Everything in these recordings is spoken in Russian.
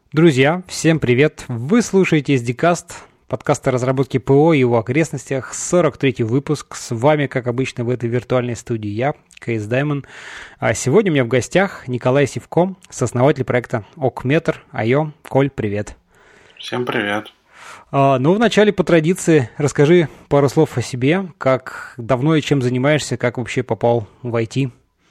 Друзья, всем привет! Вы слушаете SDCast, подкаст о разработке ПО и его окрестностях, 43-й выпуск. С вами, как обычно, в этой виртуальной студии я, Кейс Даймон. А сегодня у меня в гостях Николай Сивко, сооснователь проекта Окметр. Айо, Коль, привет! Всем привет! Вначале, по традиции, расскажи пару слов о себе, как давно и чем занимаешься, как вообще попал в IT.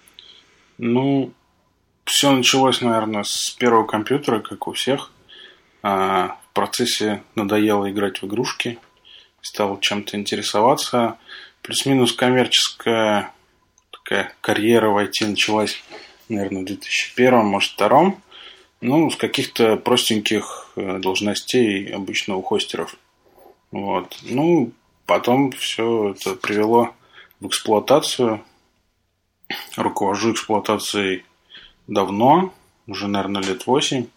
Все началось, наверное, с первого компьютера, как у всех. В процессе надоело играть в игрушки, стал чем-то интересоваться. Плюс-минус коммерческая такая карьера в IT началась, наверное, в 2001, может, 2002. С каких-то простеньких должностей обычно у хостеров. Потом все это привело в эксплуатацию. Руковожу эксплуатацией давно, уже, наверное, лет 8.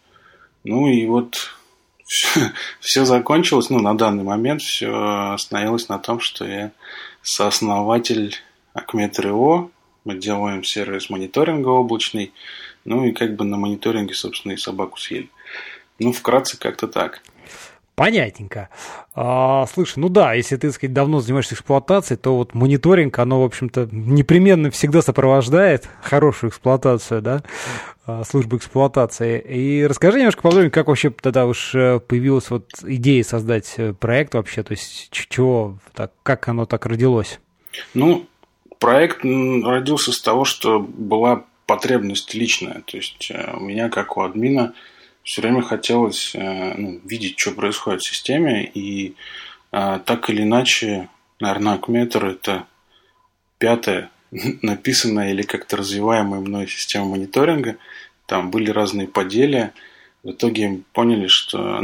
Все закончилось. На данный момент все остановилось на том, что я сооснователь Окметр.io. Мы делаем сервис мониторинга облачный. На мониторинге, собственно, и собаку съели. Вкратце как-то так. Понятненько. Слушай, если ты, так сказать, давно занимаешься эксплуатацией, то вот мониторинг, оно, в общем-то, непременно всегда сопровождает хорошую эксплуатацию, да, службу эксплуатации. И расскажи немножко подробнее, как вообще тогда уж появилась идея создать проект вообще, то есть как оно так родилось? Проект родился с того, что была потребность личная, то есть у меня, как у админа, все время хотелось видеть, что происходит в системе, и так или иначе, наверное, Окметр – это 5-я написанная или как-то развиваемая мной система мониторинга. Там были разные поделия. В итоге поняли, что,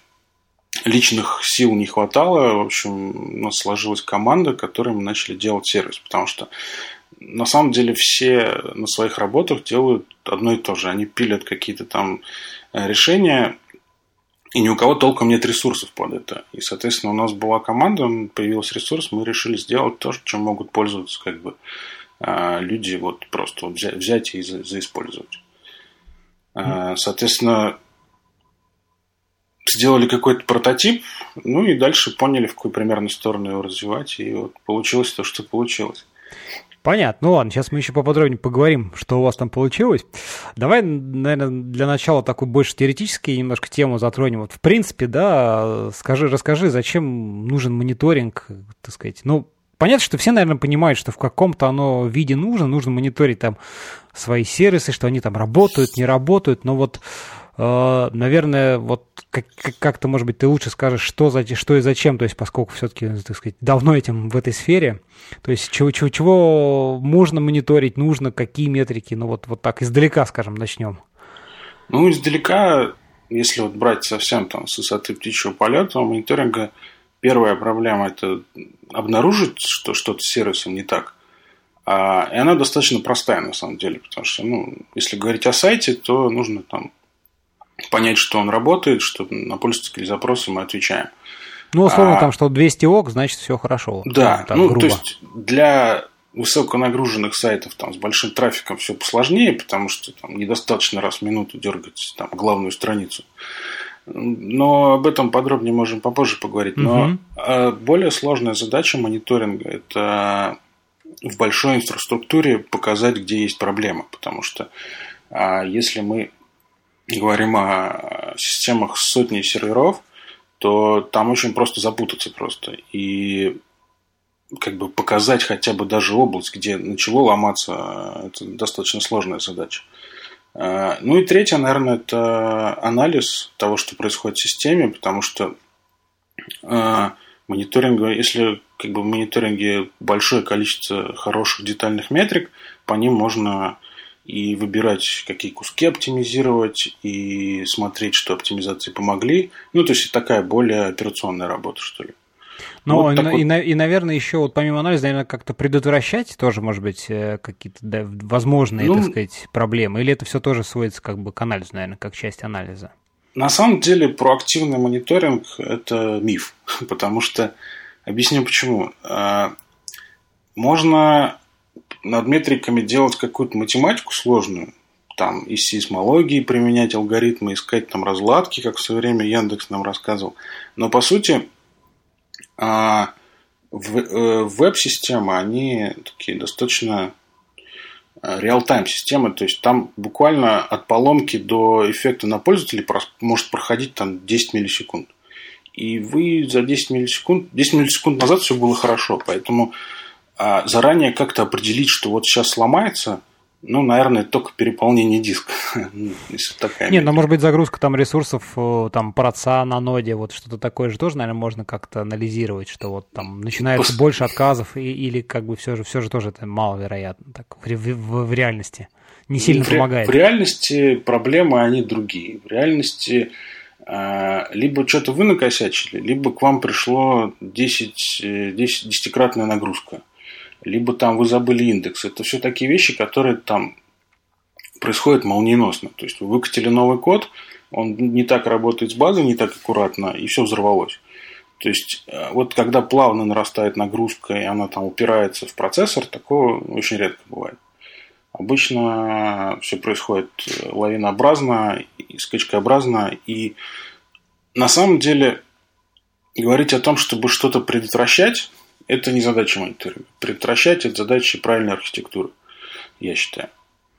личных сил не хватало. В общем, у нас сложилась команда, которой мы начали делать сервис, потому что на самом деле все на своих работах делают одно и то же. Они пилят какие-то там решения, и ни у кого толком нет ресурсов под это. И, соответственно, у нас была команда, появился ресурс, мы решили сделать то, чем могут пользоваться люди, просто взять и заиспользовать. Соответственно, сделали какой-то прототип, и дальше поняли, в какую примерно сторону его развивать, и получилось то, что получилось. Понятно. Ладно, сейчас мы еще поподробнее поговорим, что у вас там получилось. Давай, наверное, для начала такую больше теоретическую немножко тему затронем. В принципе, расскажи, зачем нужен мониторинг, так сказать. Понятно, что все, наверное, понимают, что в каком-то виде нужно мониторить там свои сервисы, что они там работают, не работают, но наверное, как-то, может быть, ты лучше скажешь, что и зачем, то есть, поскольку все-таки, так сказать, давно этим в этой сфере, то есть, чего можно мониторить, нужно, какие метрики, так издалека, скажем, начнем. Издалека, если брать совсем там с высоты птичьего полета, у мониторинга первая проблема – это обнаружить, что что-то с сервисом не так. И она достаточно простая, на самом деле, потому что, если говорить о сайте, то нужно там понять, что он работает, что на пользовательские запросы мы отвечаем. Условно, что 200 ок, значит, все хорошо. Да, то есть для высоконагруженных сайтов с большим трафиком все посложнее, потому что недостаточно раз в минуту дергать главную страницу. Но об этом подробнее можем попозже поговорить. Но более сложная задача мониторинга – это в большой инфраструктуре показать, где есть проблема. Потому что если мы говорим о системах с сотней серверов, то там очень просто запутаться просто. И показать хотя бы даже область, где начало ломаться, это достаточно сложная задача. И третье, наверное, это анализ того, что происходит в системе, потому что если в мониторинге большое количество хороших детальных метрик, по ним можно и выбирать, какие куски оптимизировать, и смотреть, что оптимизации помогли. То есть, такая более операционная работа, что ли. Наверное, еще помимо анализа, наверное, как-то предотвращать тоже, может быть, какие-то возможные, так сказать, проблемы. Или это все тоже сводится к анализу, наверное, как часть анализа? На самом деле, проактивный мониторинг – это миф. Потому что, объясню почему. Можно над метриками делать какую-то математику сложную, там из сейсмологии применять алгоритмы, искать там разладки, как в свое время Яндекс нам рассказывал. Но по сути веб-системы, они такие достаточно реал-тайм системы, то есть там буквально от поломки до эффекта на пользователя может проходить там 10 миллисекунд. И вы за 10 миллисекунд назад все было хорошо, поэтому заранее как-то определить, что вот сейчас сломается, ну, наверное, только переполнение диска. Не, ну, может быть, загрузка там ресурсов, там, проца на ноде, вот что-то такое же тоже, наверное, можно как-то анализировать, что вот там начинается больше отказов, или как бы все же тоже это маловероятно, так, в реальности. Не сильно помогает. В реальности проблемы, они другие. В реальности либо что-то вы накосячили, либо к вам пришло 10-кратная нагрузка. Либо там вы забыли индекс. Это все такие вещи, которые там происходят молниеносно. То есть вы выкатили новый код, он не так работает с базой, не так аккуратно, и все взорвалось. То есть вот когда плавно нарастает нагрузка, и она там упирается в процессор, такого очень редко бывает. Обычно все происходит лавинообразно, скачкообразно, и на самом деле говорить о том, чтобы что-то предотвращать, это не задача мониторинга. Предотвращать – это задача правильной архитектуры, я считаю.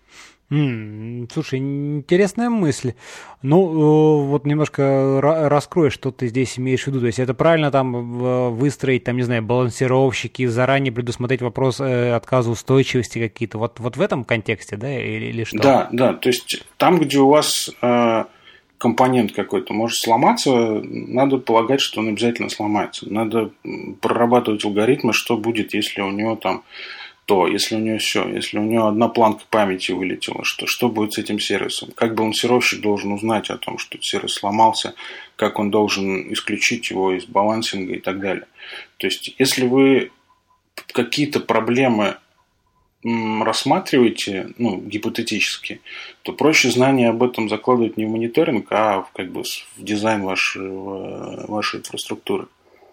Слушай, интересная мысль. Ну, вот немножко раскрой, что ты здесь имеешь в виду. То есть это правильно там выстроить, там, не знаю, балансировщики, заранее предусмотреть вопрос отказоустойчивости какие-то. Вот в этом контексте, да, или что? Да. То есть там, где у вас компонент какой-то может сломаться, надо полагать, что он обязательно сломается. Надо прорабатывать алгоритмы, что будет, если у него там то, если у него все, если у него одна планка памяти вылетела, что будет с этим сервисом, как балансировщик должен узнать о том, что сервис сломался, как он должен исключить его из балансинга и так далее. То есть, если вы какие-то проблемы рассматриваете, ну, гипотетически, то проще знания об этом закладывать не в мониторинг, а в дизайн вашей инфраструктуры.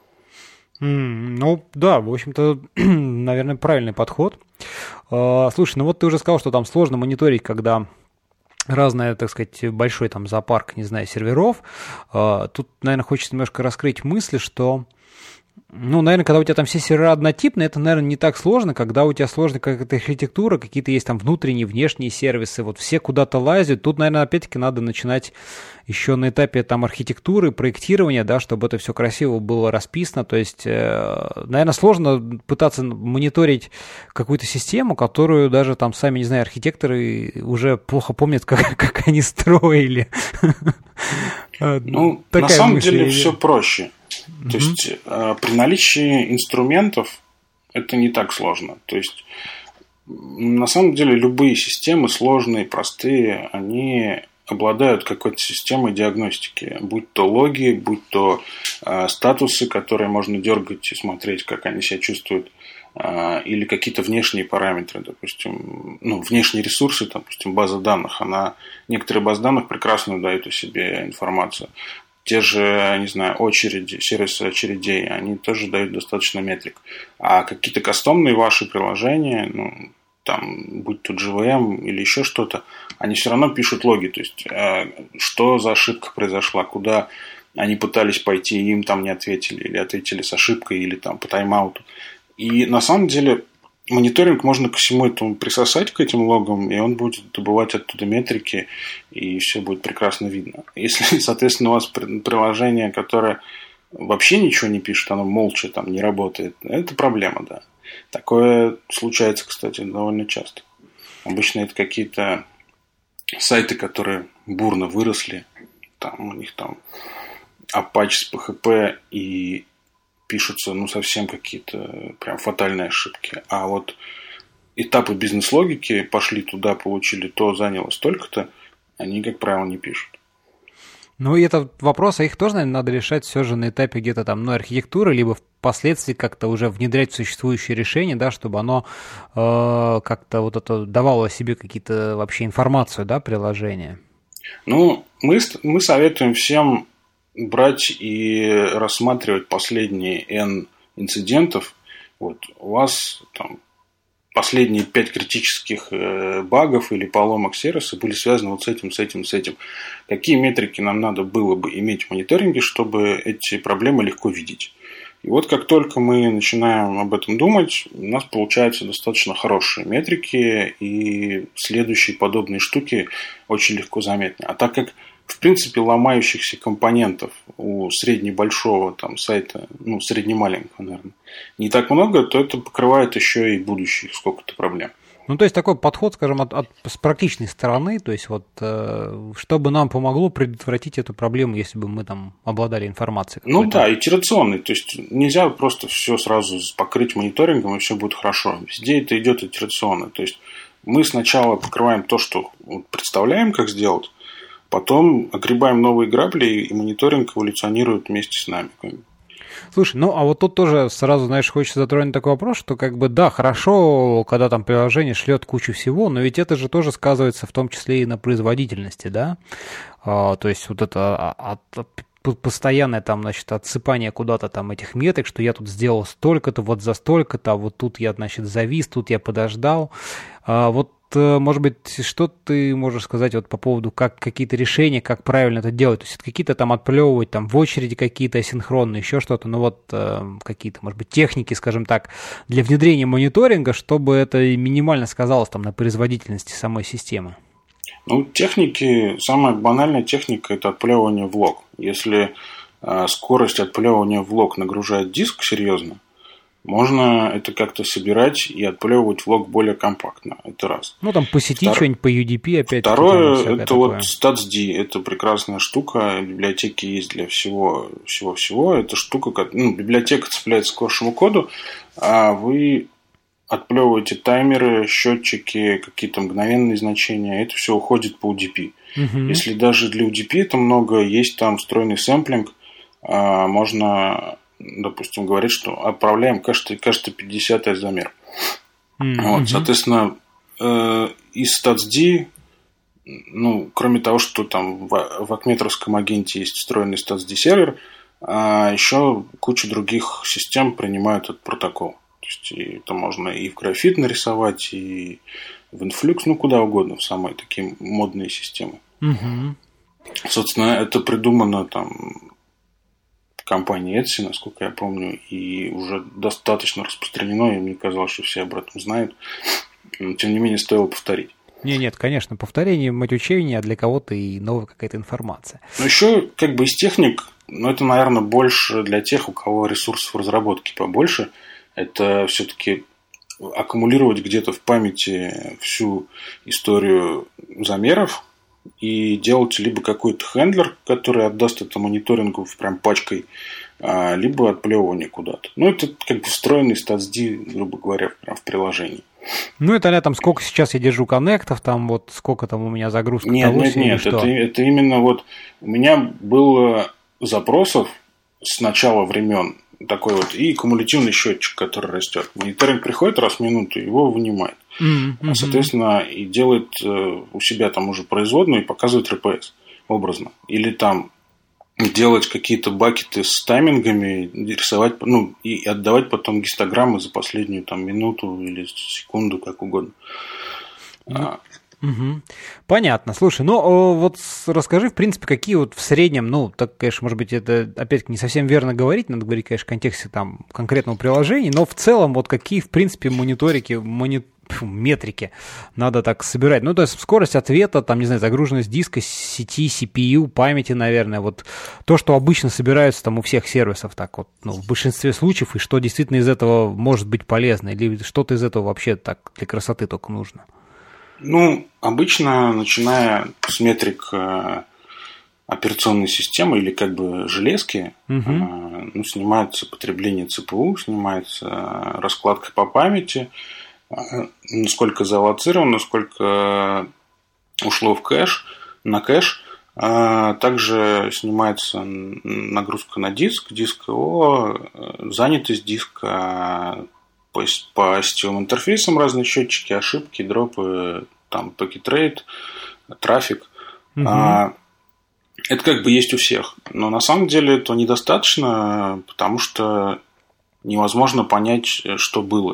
Ну, да, в общем-то, наверное, правильный подход. Слушай, ну вот ты уже сказал, что там сложно мониторить, когда разное, так сказать, большой там зоопарк, не знаю, серверов. Тут, наверное, хочется немножко раскрыть мысли, что ну, наверное, когда у тебя там все сервера однотипные, это, наверное, не так сложно, когда у тебя сложная какая-то архитектура, какие-то есть там внутренние, внешние сервисы, вот все куда-то лазят. Тут, наверное, опять-таки надо начинать еще на этапе там архитектуры, проектирования, да, чтобы это все красиво было расписано. То есть, наверное, сложно пытаться мониторить какую-то систему, которую даже там сами, не знаю, архитекторы уже плохо помнят, как они строили. Ну, на самом деле все проще. То есть при наличии инструментов это не так сложно. То есть на самом деле любые системы сложные, простые, они обладают какой-то системой диагностики. Будь то логи, будь то статусы, которые можно дергать и смотреть, как они себя чувствуют, или какие-то внешние параметры, допустим, ну, внешние ресурсы, допустим, база данных. Некоторые базы данных прекрасно дают о себе информацию. Те же, не знаю, очереди, сервисы очередей, они тоже дают достаточно метрик. А какие-то кастомные ваши приложения, ну, там, будь то JVM или еще что-то, они все равно пишут логи. То есть, что за ошибка произошла, куда они пытались пойти, и им там не ответили, или ответили с ошибкой, или там по тайм-ауту. И на самом деле мониторинг можно ко всему этому присосать, к этим логам, и он будет добывать оттуда метрики, и все будет прекрасно видно. Если, соответственно, у вас приложение, которое вообще ничего не пишет, оно молча там не работает, это проблема, да. Такое случается, кстати, довольно часто. Обычно это какие-то сайты, которые бурно выросли, там у них там Apache с PHP и пишутся, ну, совсем какие-то прям фатальные ошибки. А вот этапы бизнес-логики пошли туда, получили то, заняло столько-то, они, как правило, не пишут. Ну, и это вопрос, а их тоже, наверное, надо решать все же на этапе где-то там, ну, архитектуры, либо впоследствии как-то уже внедрять в существующее решение, да, чтобы оно как-то вот это давало себе какие-то вообще информацию, да, приложения. Ну, мы советуем всем брать и рассматривать последние N инцидентов. Вот, у вас там последние 5 критических багов или поломок сервиса были связаны вот с этим, с этим, с этим. Какие метрики нам надо было бы иметь в мониторинге, чтобы эти проблемы легко видеть. И вот как только мы начинаем об этом думать, у нас получаются достаточно хорошие метрики, и следующие подобные штуки очень легко заметны. А так как, в принципе, ломающихся компонентов у средне-большого там, сайта, ну, средне-маленького, наверное, не так много, то это покрывает еще и будущих сколько-то проблем. Ну, то есть, такой подход, скажем, с практичной стороны, то есть, вот, чтобы нам помогло предотвратить эту проблему, если бы мы там обладали информацией. Ну да, итерационный, то есть, нельзя просто все сразу покрыть мониторингом, и все будет хорошо. Везде это идет итерационно, то есть, мы сначала покрываем то, что представляем, как сделать, потом огребаем новые грабли, и мониторинг эволюционирует вместе с нами. Слушай, ну а вот тут тоже сразу, знаешь, хочется затронуть такой вопрос, что как бы да, хорошо, когда там приложение шлет кучу всего, но ведь это же тоже сказывается в том числе и на производительности, да? То есть вот это постоянное там, значит, отсыпание куда-то там этих метрик, что я тут сделал столько-то, вот за столько-то, а вот тут я, значит, завис, тут я подождал. Вот, может быть, что ты можешь сказать вот по поводу, как какие-то решения, как правильно это делать? То есть какие-то там отплевывать там в очереди какие-то асинхронные, еще что-то, ну вот какие-то, может быть, техники, скажем так, для внедрения мониторинга, чтобы это минимально сказалось там на производительности самой системы? Ну, техники, самая банальная техника – это отплевывание в лог. Если скорость отплевывания в лог нагружает диск серьезно, можно это как-то собирать и отплевывать в лог более компактно. Это раз. Ну, там посетить что-нибудь по UDP опять. Второе, это такое. Вот StatsD. Это прекрасная штука. Библиотеки есть для всего-всего. Это штука, библиотека цепляется к вашему коду, а вы отплевываете таймеры, счетчики, какие-то мгновенные значения. Это все уходит по UDP. Угу. Если даже для UDP это много, есть там встроенный сэмплинг, можно, допустим, говорить, что отправляем каждый 50-й замер. Вот, соответственно, из StatsD, ну, кроме того, что там в Акметровском агенте есть встроенный StatsD сервер, еще куча других систем принимают этот протокол. То есть это можно и в графит нарисовать, и в Influx, ну куда угодно, в самые такие модные системы. Угу. Собственно, это придумано там компанией Etsy, насколько я помню, и уже достаточно распространено, и мне казалось, что все об этом знают. Но, тем не менее, стоило повторить. Нет, конечно, повторение, мать учения, а для кого-то и новая какая-то информация. Но еще как бы из техник, но это, наверное, больше для тех, у кого ресурсов разработки побольше. Это все-таки аккумулировать где-то в памяти всю историю замеров и делать либо какой-то хендлер, который отдаст это мониторингу прям пачкой, либо отплевывание куда-то. Ну, это как бы встроенный StatsD, грубо говоря, прям в приложении. Ну, это там сколько сейчас я держу коннектов, там вот сколько там у меня загрузка. Нет, это именно вот у меня было запросов с начала времен такой вот и кумулятивный счетчик, который растет. Мониторинг приходит раз в минуту, его вынимает. Соответственно, и делает у себя там уже производную и показывает РПС образно. Или там делать какие-то бакеты с таймингами, рисовать, ну, и отдавать потом гистограммы за последнюю там минуту или секунду, как угодно. Угу. Понятно. Слушай, ну вот расскажи, в принципе, какие вот в среднем, ну, так, конечно, может быть, это опять не совсем верно говорить, надо говорить, конечно, в контексте там конкретного приложения, но в целом вот какие, в принципе, метрики надо так собирать. Ну, то есть скорость ответа, там, не знаю, загруженность диска, сети, CPU, памяти, наверное, вот то, что обычно собираются там у всех сервисов, так вот, ну, в большинстве случаев, и что действительно из этого может быть полезно, или что-то из этого вообще так для красоты только нужно. Ну, обычно, начиная с метрик операционной системы или как бы железки, ну, снимается потребление ЦПУ, снимается раскладка по памяти, насколько зааллоцировано, сколько ушло в кэш, на кэш. Также снимается нагрузка на диск ООО, занятость диска, по сетевым интерфейсам разные счетчики, ошибки, дропы, там пакет-рейт, трафик. Это как бы есть у всех. Но на самом деле этого недостаточно, потому что невозможно понять, что было.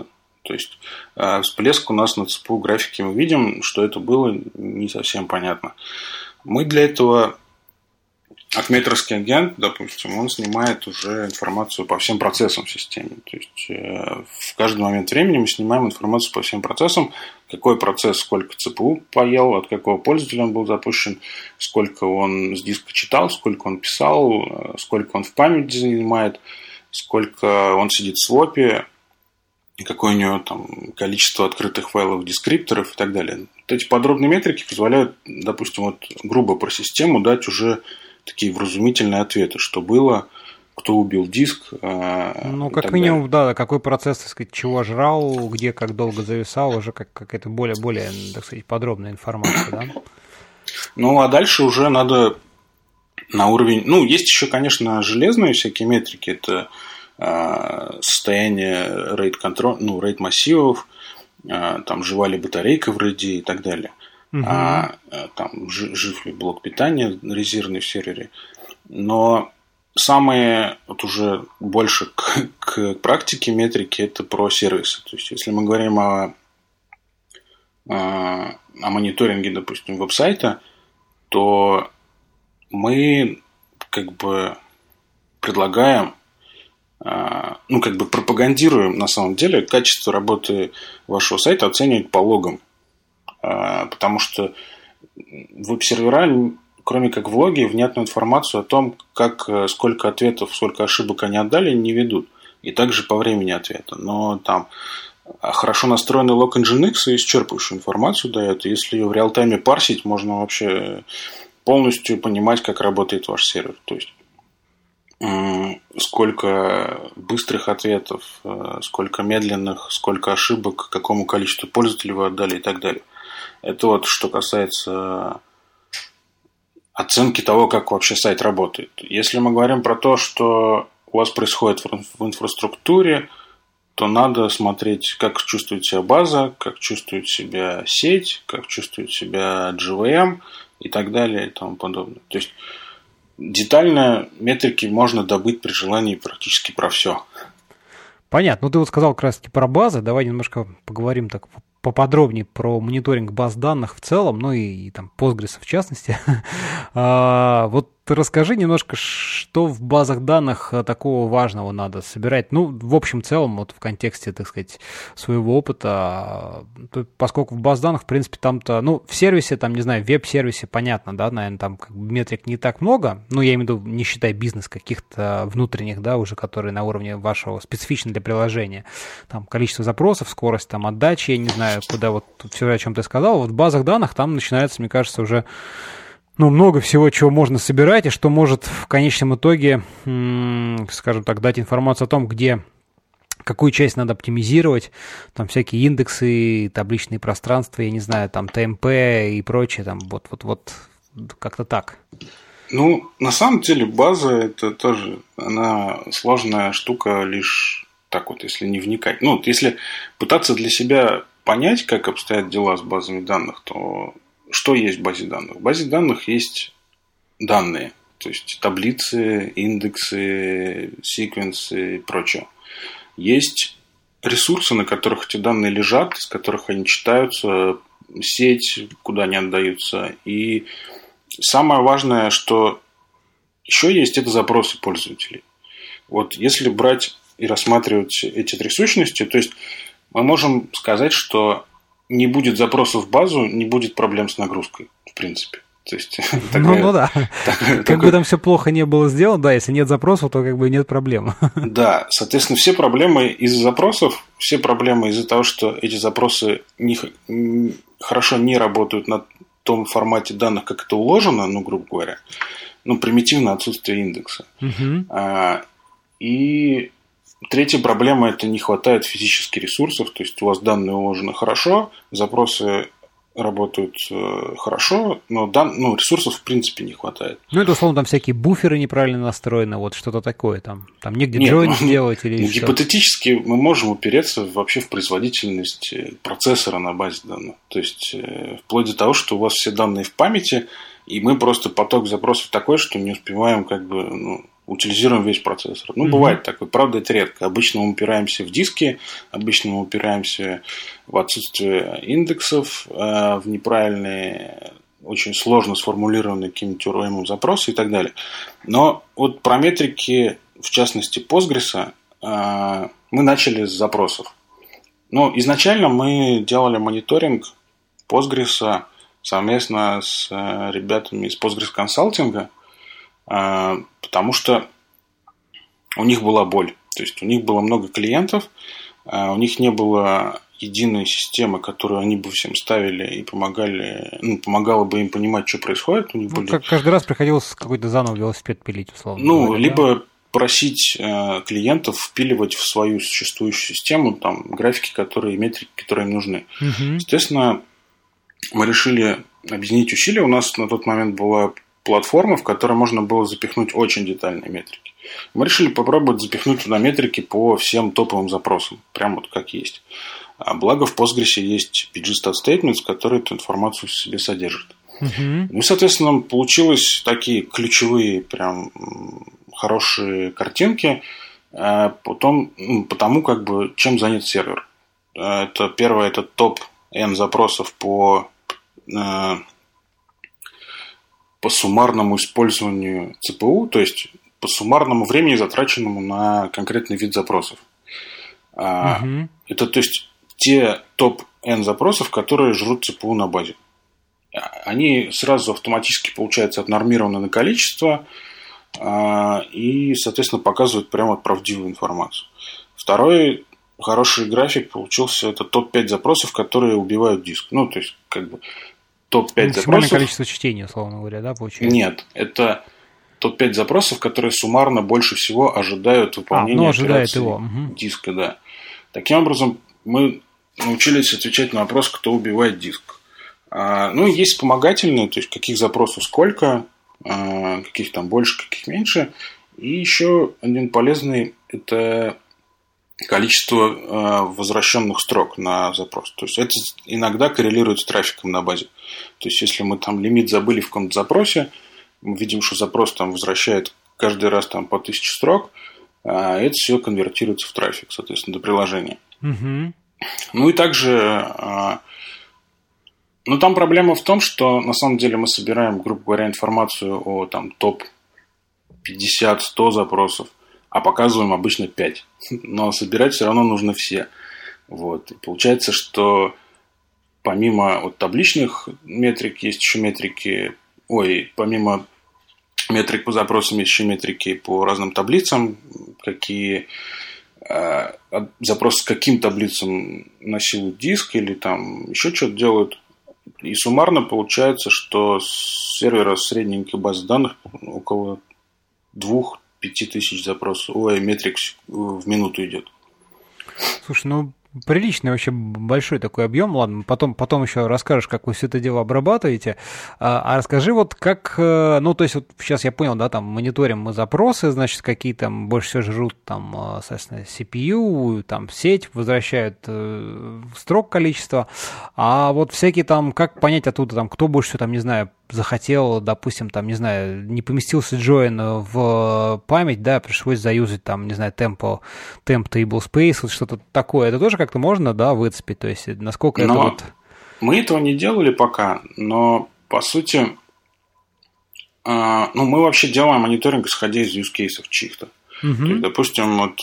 То есть всплеск у нас на ЦПУ графики мы видим, что это было не совсем понятно. Мы для этого Акметровский агент, допустим, он снимает уже информацию по всем процессам в системе. То есть в каждый момент времени мы снимаем информацию по всем процессам, какой процесс, сколько ЦПУ поел, от какого пользователя он был запущен, сколько он с диска читал, сколько он писал, сколько он в памяти занимает, сколько он сидит в свопе, и какое у него там количество открытых файлов, дескрипторов и так далее. Вот эти подробные метрики позволяют, допустим, вот грубо про систему дать уже такие вразумительные ответы, что было, кто убил диск. Ну, как минимум, да, какой процесс, так сказать, чего жрал, где, как долго зависал, уже какая-то более, так сказать, подробная информация, да? Ну, а дальше уже надо на уровень... Ну, есть еще, конечно, железные всякие метрики, это состояние RAID-контроль, ну, RAID массивов, там, жива ли батарейка в RAID и так далее. Там жив ли блок питания резервный в сервере. Но самые вот уже больше к практике метрики это про сервисы. То есть, если мы говорим о мониторинге, допустим, веб-сайта, то мы как бы предлагаем, ну, как бы пропагандируем на самом деле качество работы вашего сайта оценивать по логам. Потому что веб-сервера, кроме как в логе, внятную информацию о том, сколько ответов, сколько ошибок они отдали, не ведут. И также по времени ответа. Но там хорошо настроенный лог Nginx исчерпывающую информацию дает. Если ее в реал-тайме парсить, можно вообще полностью понимать, как работает ваш сервер. То есть сколько быстрых ответов, сколько медленных, сколько ошибок, какому количеству пользователей вы отдали и так далее. Это вот что касается оценки того, как вообще сайт работает. Если мы говорим про то, что у вас происходит в инфраструктуре, то надо смотреть, как чувствует себя база, как чувствует себя сеть, как чувствует себя JVM и так далее и тому подобное. То есть детально метрики можно добыть при желании практически про все. Понятно. Ну, ты вот сказал как раз-таки про базы. Давай немножко поговорим так поподробнее про мониторинг баз данных в целом, ну и там Postgres в частности. Вот расскажи немножко, что в базах данных такого важного надо собирать. Ну, в общем целом, вот в контексте, так сказать, своего опыта, поскольку в баз данных, в принципе, там-то, ну, в сервисе, там, не знаю, в веб-сервисе, понятно, да, наверное, там как бы метрик не так много, ну, я имею в виду, не считая бизнес каких-то внутренних, да, уже которые на уровне вашего, специфично для приложения, там, количество запросов, скорость, там, отдачи, я не знаю, куда вот все, о чем ты сказал, вот в базах данных там начинается, мне кажется, уже много всего, чего можно собирать, и что может в конечном итоге, скажем так, дать информацию о том, где, какую часть надо оптимизировать, там всякие индексы, табличные пространства, я не знаю, там ТМП и прочее, там вот как-то так. Ну, на самом деле база это тоже, она сложная штука лишь так вот, если не вникать. Ну, если пытаться для себя понять, как обстоят дела с базами данных, то что есть в базе данных? В базе данных есть данные, то есть таблицы, индексы, секвенсы и прочее. Есть ресурсы, на которых эти данные лежат, с которых они читаются, сеть, куда они отдаются. И самое важное, что еще есть, это запросы пользователей. Вот если брать и рассматривать эти три сущности, то есть мы можем сказать, что не будет запросов в базу, не будет проблем с нагрузкой, в принципе. То есть, да. Как бы там все плохо не было сделано, да, если нет запросов, то как бы нет проблем. Да, соответственно, все проблемы из-за запросов, все проблемы из-за того, что эти запросы хорошо не работают на том формате данных, как это уложено, ну, грубо говоря, ну, примитивно отсутствие индекса. И третья проблема – это не хватает физических ресурсов, то есть у вас данные уложены хорошо, запросы работают хорошо, но ресурсов в принципе не хватает. Ну, это, условно, там всякие буферы неправильно настроены, вот что-то такое, там негде джойн сделать или что-то. Гипотетически мы можем упереться вообще в производительность процессора на базе данных. То есть, вплоть до того, что у вас все данные в памяти, и мы просто поток запросов такой, что не успеваем как бы, утилизируем весь процессор. Ну, бывает такое, правда, это редко. Обычно мы упираемся в диски, обычно мы упираемся в отсутствие индексов, в неправильные, очень сложно сформулированные каким-нибудь URM запросы и так далее. Но вот про метрики, в частности, Postgres, мы начали с запросов. Но изначально мы делали мониторинг Postgres совместно с ребятами из Postgres Consulting, потому что у них была боль. То есть у них было много клиентов, у них не было единой системы, которую они бы всем ставили и помогала бы им понимать, что происходит. У них были... Как каждый раз приходилось какой-то заново велосипед пилить, условно. Говоря, либо просить клиентов впиливать в свою существующую систему там, графики, метрики, которые им нужны. Естественно, мы решили объединить усилия. У нас на тот момент была платформа, в которой можно было запихнуть очень детальные метрики. Мы решили попробовать запихнуть туда метрики по всем топовым запросам, прям вот как есть. Благо в Postgres есть pgstat statements, которые эту информацию в себе содержат. Ну и, соответственно, получилось такие ключевые, прям хорошие картинки, потому как бы чем занят сервер. Это первое, это топ N запросов по суммарному использованию ЦПУ, то есть по суммарному времени, затраченному на конкретный вид запросов. Это, то есть, те топ-N запросов, которые жрут ЦПУ на базе. Они сразу автоматически, получается, отнормированы на количество и, соответственно, показывают прямо правдивую информацию. Второй хороший график получился, это топ-5 запросов, которые убивают диск. Ну, то есть, как бы, топ-5 запросов... Максимальное количество чтений, условно говоря, да, получается? Нет, это топ-5 запросов, которые суммарно больше всего ожидают выполнения операции диска. Да. Таким образом, мы научились отвечать на вопрос, кто убивает диск. Ну, есть вспомогательные, то есть, каких запросов сколько, каких там больше, каких меньше. И еще один полезный – это количество возвращенных строк на запрос. То есть, это иногда коррелирует с трафиком на базе. То есть, если мы там лимит забыли в каком-то запросе, мы видим, что запрос там возвращает каждый раз там по 1000 строк, это все конвертируется в трафик, соответственно, до приложения. Ну и также, там проблема в том, что на самом деле мы собираем, грубо говоря, информацию о там топ 50-100 запросов, а показываем обычно 5. Но собирать все равно нужно все. Вот. И получается, что помимо вот табличных метрик есть еще метрики, помимо метрик по запросам есть еще метрики по разным таблицам, какие запросы к каким таблицам насилуют диск или там еще что-то делают. И суммарно получается, что с сервера средненькой базы данных около 2-5 тысяч запросов, метрик в минуту идет. Слушай, приличный вообще большой такой объем. Ладно, потом еще расскажешь, как вы все это дело обрабатываете. А расскажи вот как... то есть вот сейчас я понял, да, там мониторим мы запросы, значит, какие там больше всего жрут там, соответственно, CPU, там сеть, возвращают строк количество. А вот всякие там, как понять оттуда, там, кто больше всего, там, не знаю, захотел, допустим, там, не знаю, не поместился join в память, да, пришлось заюзать там, не знаю, temp tablespace, вот что-то такое. Это тоже как-то можно, да, выцепить? То есть, насколько это вот... Мы этого не делали пока, но, по сути, мы вообще делаем мониторинг, исходя из use cases чьих-то. То есть, допустим, вот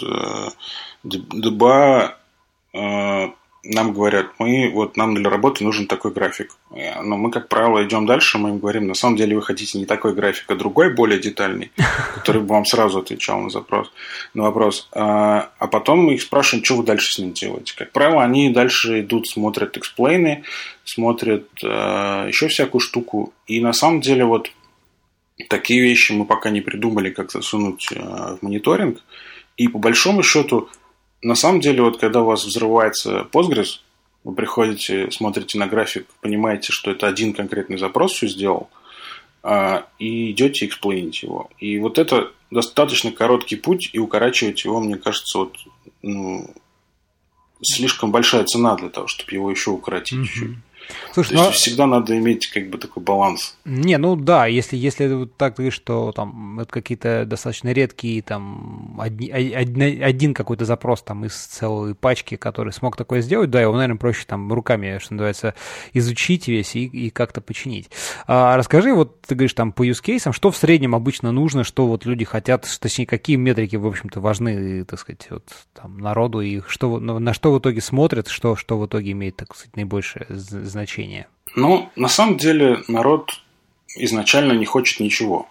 DBA нам говорят, нам для работы нужен такой график. Но мы, как правило, идем дальше, мы им говорим, на самом деле вы хотите не такой график, а другой, более детальный, который бы вам сразу отвечал на вопрос. А потом мы их спрашиваем, что вы дальше с ним делаете. Как правило, они дальше идут, смотрят эксплейны, смотрят еще всякую штуку. И на самом деле вот такие вещи мы пока не придумали, как засунуть в мониторинг. И по большому счету, на самом деле, вот когда у вас взрывается Postgres, вы приходите, смотрите на график, понимаете, что это один конкретный запрос все сделал, и идете эксплейнить его. И вот это достаточно короткий путь, и укорачивать его, мне кажется, слишком большая цена для того, чтобы его еще укоротить. Слушай, То есть всегда надо иметь как бы такой баланс. Не, ну да, если вот так говоришь, что там это какие-то достаточно редкие, там, один какой-то запрос там из целой пачки, который смог такое сделать, да, его, наверное, проще там руками, что называется, изучить весь и как-то починить. А расскажи, вот ты говоришь там по use cases, что в среднем обычно нужно, что вот люди хотят, точнее, какие метрики, в общем-то, важны, так сказать, вот там народу, и что, на что в итоге смотрят, что в итоге имеет, так сказать, наибольшее значение? Ну, на самом деле, народ изначально не хочет ничего.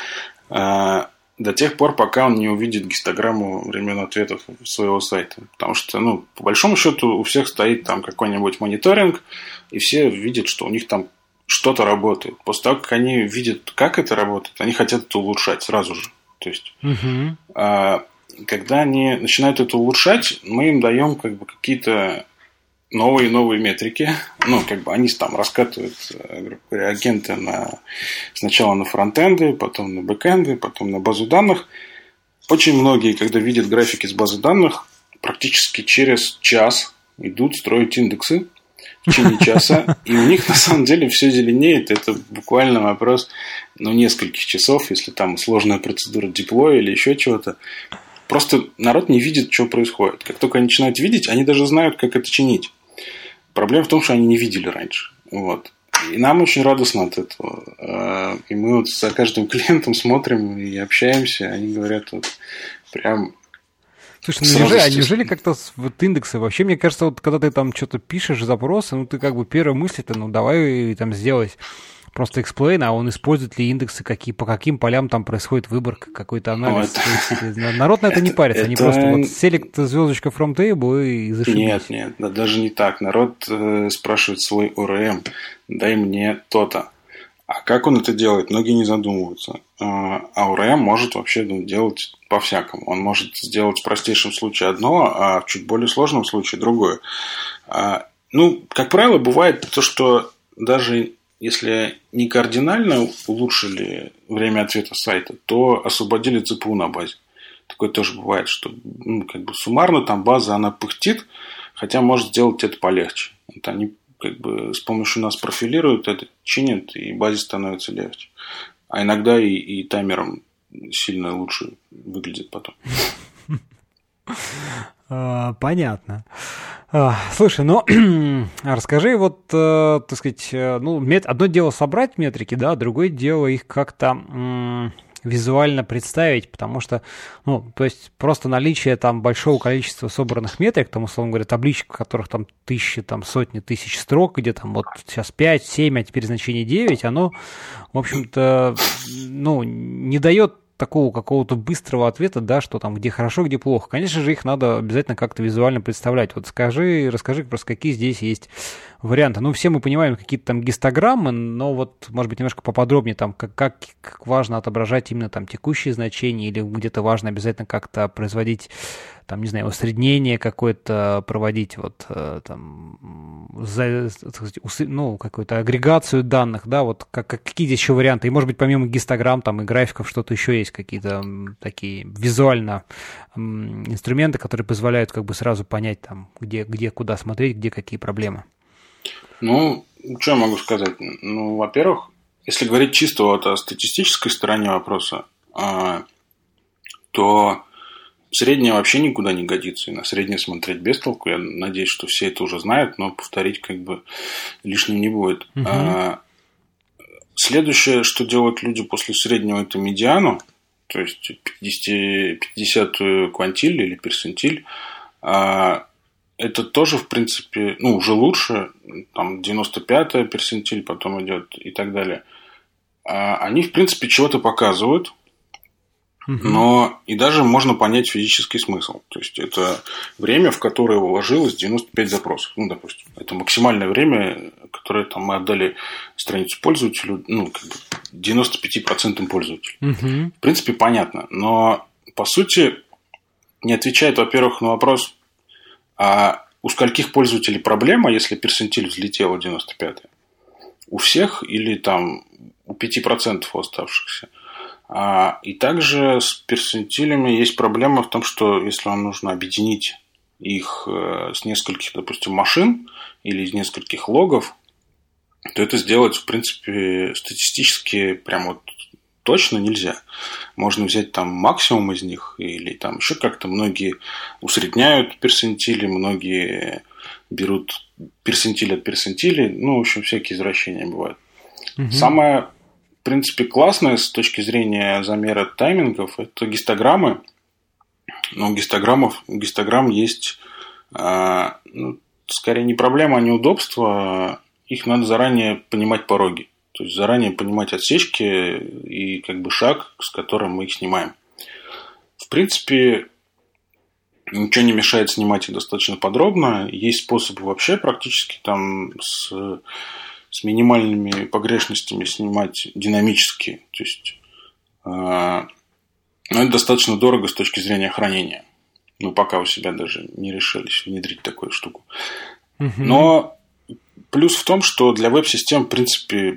До тех пор, пока он не увидит гистограмму времен ответов своего сайта. Потому что, ну, по большому счету, у всех стоит там какой-нибудь мониторинг, и все видят, что у них там что-то работает. После того, как они видят, как это работает, они хотят это улучшать сразу же. То есть, когда они начинают это улучшать, мы им даем как бы какие-то новые метрики. Ну, как бы они там раскатывают, грубо говоря, агенты сначала на фронтенды, потом на бэкенды, потом на базу данных. Очень многие, когда видят графики с базы данных, практически через час идут строить индексы в течение часа. И у них на самом деле все зеленеет. Это буквально вопрос нескольких часов, если там сложная процедура деплоя или еще чего-то. Просто народ не видит, что происходит. Как только они начинают видеть, они даже знают, как это чинить. Проблема в том, что они не видели раньше. Вот. И нам очень радостно от этого. И мы вот за каждым клиентом смотрим и общаемся. Они говорят, вот прям... Слушай, неужели как-то вот индексы? Вообще, мне кажется, вот когда ты там что-то пишешь, запросы, ну ты как бы первая мысль-то, ну давай там сделать просто explain, а он использует ли индексы, по каким полям там происходит выбор, какой-то анализ. Народ на это не парится, они просто вот select звездочка from table и зашибись. Нет, даже не так. Народ спрашивает свой ORM, дай мне то-то. А как он это делает, многие не задумываются. А ORM может вообще делать по-всякому. Он может сделать в простейшем случае одно, а в чуть более сложном случае другое. Ну, как правило, бывает то, что даже если не кардинально улучшили время ответа сайта, то освободили ЦПУ на базе. Такое тоже бывает, что как бы суммарно там база, она пыхтит, хотя может сделать это полегче. Это они как бы с помощью нас профилируют это, чинят, и базе становится легче. А иногда и таймером сильно лучше выглядит потом. Понятно. Слушай, ну, расскажи, вот, так сказать, ну, одно дело собрать метрики, да, другое дело их как-то визуально представить, потому что, ну, то есть просто наличие там большого количества собранных метрик, там, условно говоря, табличек, в которых там тысячи, там сотни тысяч строк, где там вот сейчас 5, 7, а теперь значение 9, оно, в общем-то, ну, не дает такого какого-то быстрого ответа, да, что там, где хорошо, где плохо. Конечно же, их надо обязательно как-то визуально представлять. Вот расскажи просто, какие здесь есть варианты. Ну, все мы понимаем какие-то там гистограммы, но вот, может быть, немножко поподробнее, там, как важно отображать именно там текущие значения, или где-то важно обязательно как-то производить, там, не знаю, усреднение какое-то проводить, вот, там, ну, какую-то агрегацию данных, да, вот какие здесь еще варианты? И, может быть, помимо гистограмм, там, и графиков, что-то еще есть, какие-то такие визуально инструменты, которые позволяют как бы сразу понять, там, где куда смотреть, где какие проблемы. Ну, что я могу сказать? Ну, во-первых, если говорить чисто вот о статистической стороне вопроса, то среднее вообще никуда не годится. И на среднее смотреть без толку. Я надеюсь, что все это уже знают, но повторить как бы лишним не будет. Следующее, что делают люди после среднего, это медиану, то есть 50-ю квантиль или персентиль. Это тоже, в принципе, ну, уже лучше. Там 95-я персентиль потом идет и так далее. Они, в принципе, чего-то показывают, но и даже можно понять физический смысл. То есть это время, в которое вложилось 95 запросов. Ну, допустим, это максимальное время, которое там, мы отдали страницу пользователю, ну, как бы 95% пользователей. В принципе, понятно. Но, по сути, не отвечает, во-первых, на вопрос, а у скольких пользователей проблема, если персентиль взлетела 95-я? У всех или там у 5% у оставшихся? И также с персентилями есть проблема в том, что если вам нужно объединить их с нескольких, допустим, машин или из нескольких логов, то это сделать, в принципе, статистически прям вот точно нельзя. Можно взять там максимум из них, или там еще как-то многие усредняют персентили, многие берут персентиль от персентилей. Ну, в общем, всякие извращения бывают. Самое, в принципе, классное с точки зрения замера таймингов – это гистограммы. Но у гистограмм есть, скорее не проблема, а неудобство. Их надо заранее понимать пороги. То есть заранее понимать отсечки и как бы шаг, с которым мы их снимаем. В принципе, ничего не мешает снимать их достаточно подробно. Есть способы вообще практически там с минимальными погрешностями снимать динамически. То есть это достаточно дорого с точки зрения хранения. Мы пока у себя даже не решились внедрить такую штуку. Но плюс в том, что для веб-систем, в принципе,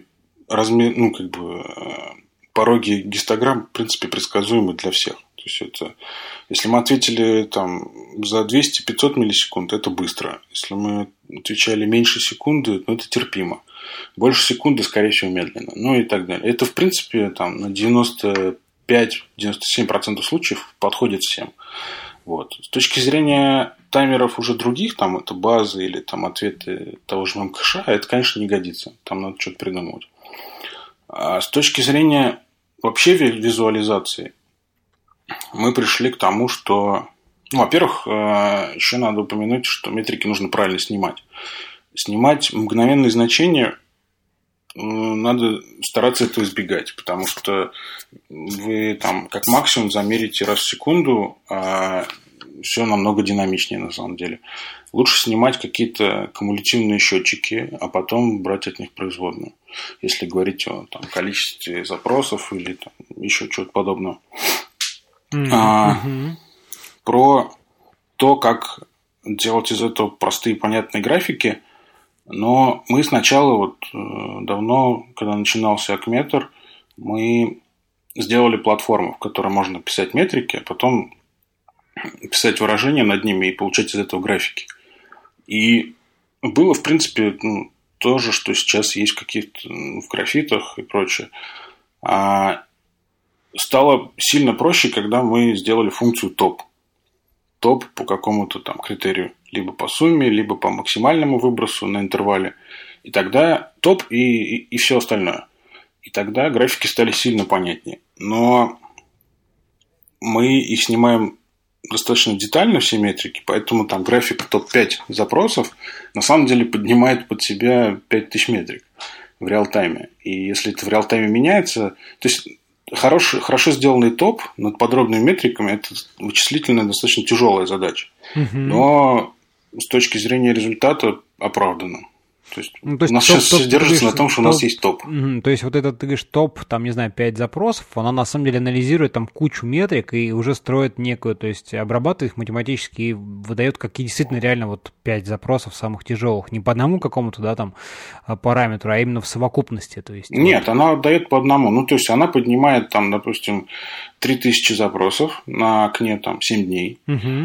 пороги гистограмм, в принципе, предсказуемы для всех. То есть это, если мы ответили там за 200-500 миллисекунд, это быстро. Если мы отвечали меньше секунды, это терпимо. Больше секунды, скорее всего, медленно. Ну и так далее. Это, в принципе, там, на 95-97% случаев подходит всем. Вот. С точки зрения таймеров уже других, там это базы или там ответы того же МКШ, это, конечно, не годится. Там надо что-то придумывать. А с точки зрения вообще визуализации, мы пришли к тому, что, во-первых, еще надо упомянуть, что метрики нужно правильно снимать. Снимать мгновенные значения надо стараться этого избегать, потому что вы там как максимум замерите раз в секунду, а все намного динамичнее на самом деле. Лучше снимать какие-то кумулятивные счетчики, а потом брать от них производную, если говорить о там, количестве запросов или там, еще чего-то подобного. Про то, как делать из этого простые понятные графики. Но мы сначала, давно, когда начинался Акметр, мы сделали платформу, в которой можно писать метрики, а потом писать выражения над ними и получать из этого графики. И было, в принципе, то же, что сейчас есть в графитах и прочее. Стало сильно проще, когда мы сделали функцию топ. Топ по какому-то там критерию. Либо по сумме, либо по максимальному выбросу на интервале. И тогда топ и все остальное. И тогда графики стали сильно понятнее. Но мы их снимаем достаточно детально, все метрики, поэтому там график топ-5 запросов на самом деле поднимает под себя 5000 метрик в реал-тайме. И если это в реал-тайме меняется, то есть хорошо сделанный топ над подробными метриками – это вычислительная достаточно тяжелая задача. Но с точки зрения результата оправдано. То есть у нас сейчас все держится на том, что у нас есть топ. То есть вот этот, ты говоришь, топ, там, не знаю, 5 запросов, она на самом деле анализирует там кучу метрик и уже строит некую, то есть обрабатывает их математически и выдает какие действительно реально вот 5 запросов самых тяжелых. Не по одному какому-то, да, там параметру, а именно в совокупности. То есть, нет, она дает по одному. То есть она поднимает там, допустим, 3000 запросов на окне там 7 дней.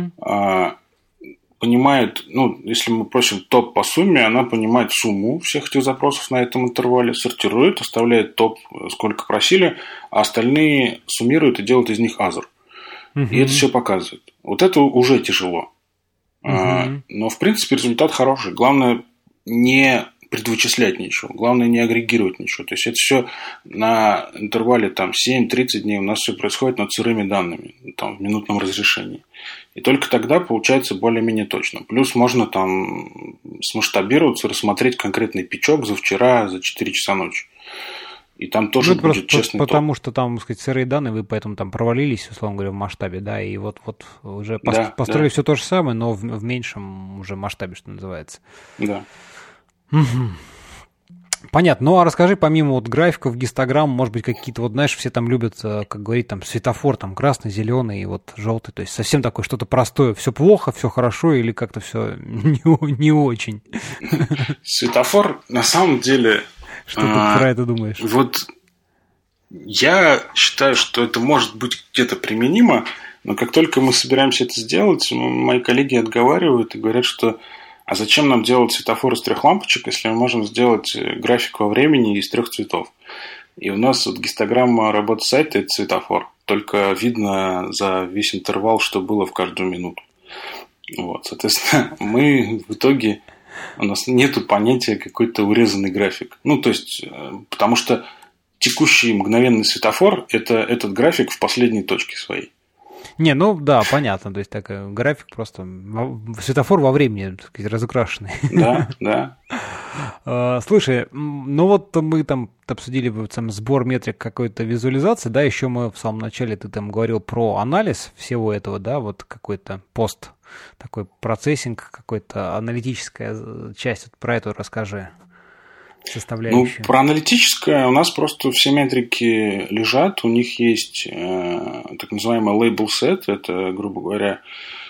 Понимает, если мы просим топ по сумме, она понимает сумму всех этих запросов на этом интервале, сортирует, оставляет топ, сколько просили, а остальные суммируют и делают из них азер. И это все показывает. Вот это уже тяжело. Но, в принципе, результат хороший. Главное не предвычислять ничего. Главное не агрегировать ничего. То есть это все на интервале там, 7-30 дней у нас все происходит над сырыми данными, там, в минутном разрешении. И только тогда получается более-менее точно. Плюс можно там смасштабироваться, рассмотреть конкретный пичок за вчера, за 4 часа ночи. И там тоже будет честный топ. Потому что там, так сказать, сырые данные, вы поэтому там провалились, условно говоря, в масштабе, да, и вот уже построили все то же самое, но в меньшем уже масштабе, что называется. Да. Понятно. Ну, а расскажи, помимо вот графиков, гистограмм, может быть, какие-то, вот знаешь, все там любят, как говорить, там, светофор, там, красный, зеленый и вот желтый, то есть совсем такое что-то простое, все плохо, все хорошо или как-то все не очень? Светофор, на самом деле... Что ты про это думаешь? Вот я считаю, что это может быть где-то применимо, но как только мы собираемся это сделать, мои коллеги отговаривают и говорят, что а зачем нам делать светофор из 3 лампочек, если мы можем сделать график во времени из 3 цветов? И у нас вот гистограмма работы сайта – это светофор. Только видно за весь интервал, что было в каждую минуту. Вот, соответственно, мы в итоге... У нас нет понятия какой-то урезанный график. Ну, то есть, потому что текущий мгновенный светофор – это этот график в последней точке своей. Не, ну да, понятно. То есть, такой график просто... Светофор во времени, так сказать, разукрашенный. Да, да. Слушай, ну вот мы там обсудили там сбор метрик какой-то визуализации, да, еще мы в самом начале, ты там говорил про анализ всего этого, да, вот какой-то пост, такой процессинг, какой-то аналитическая часть, вот про это расскажи, составляющую. Ну, про аналитическое у нас просто все метрики лежат, у них есть так называемый label set, это, грубо говоря,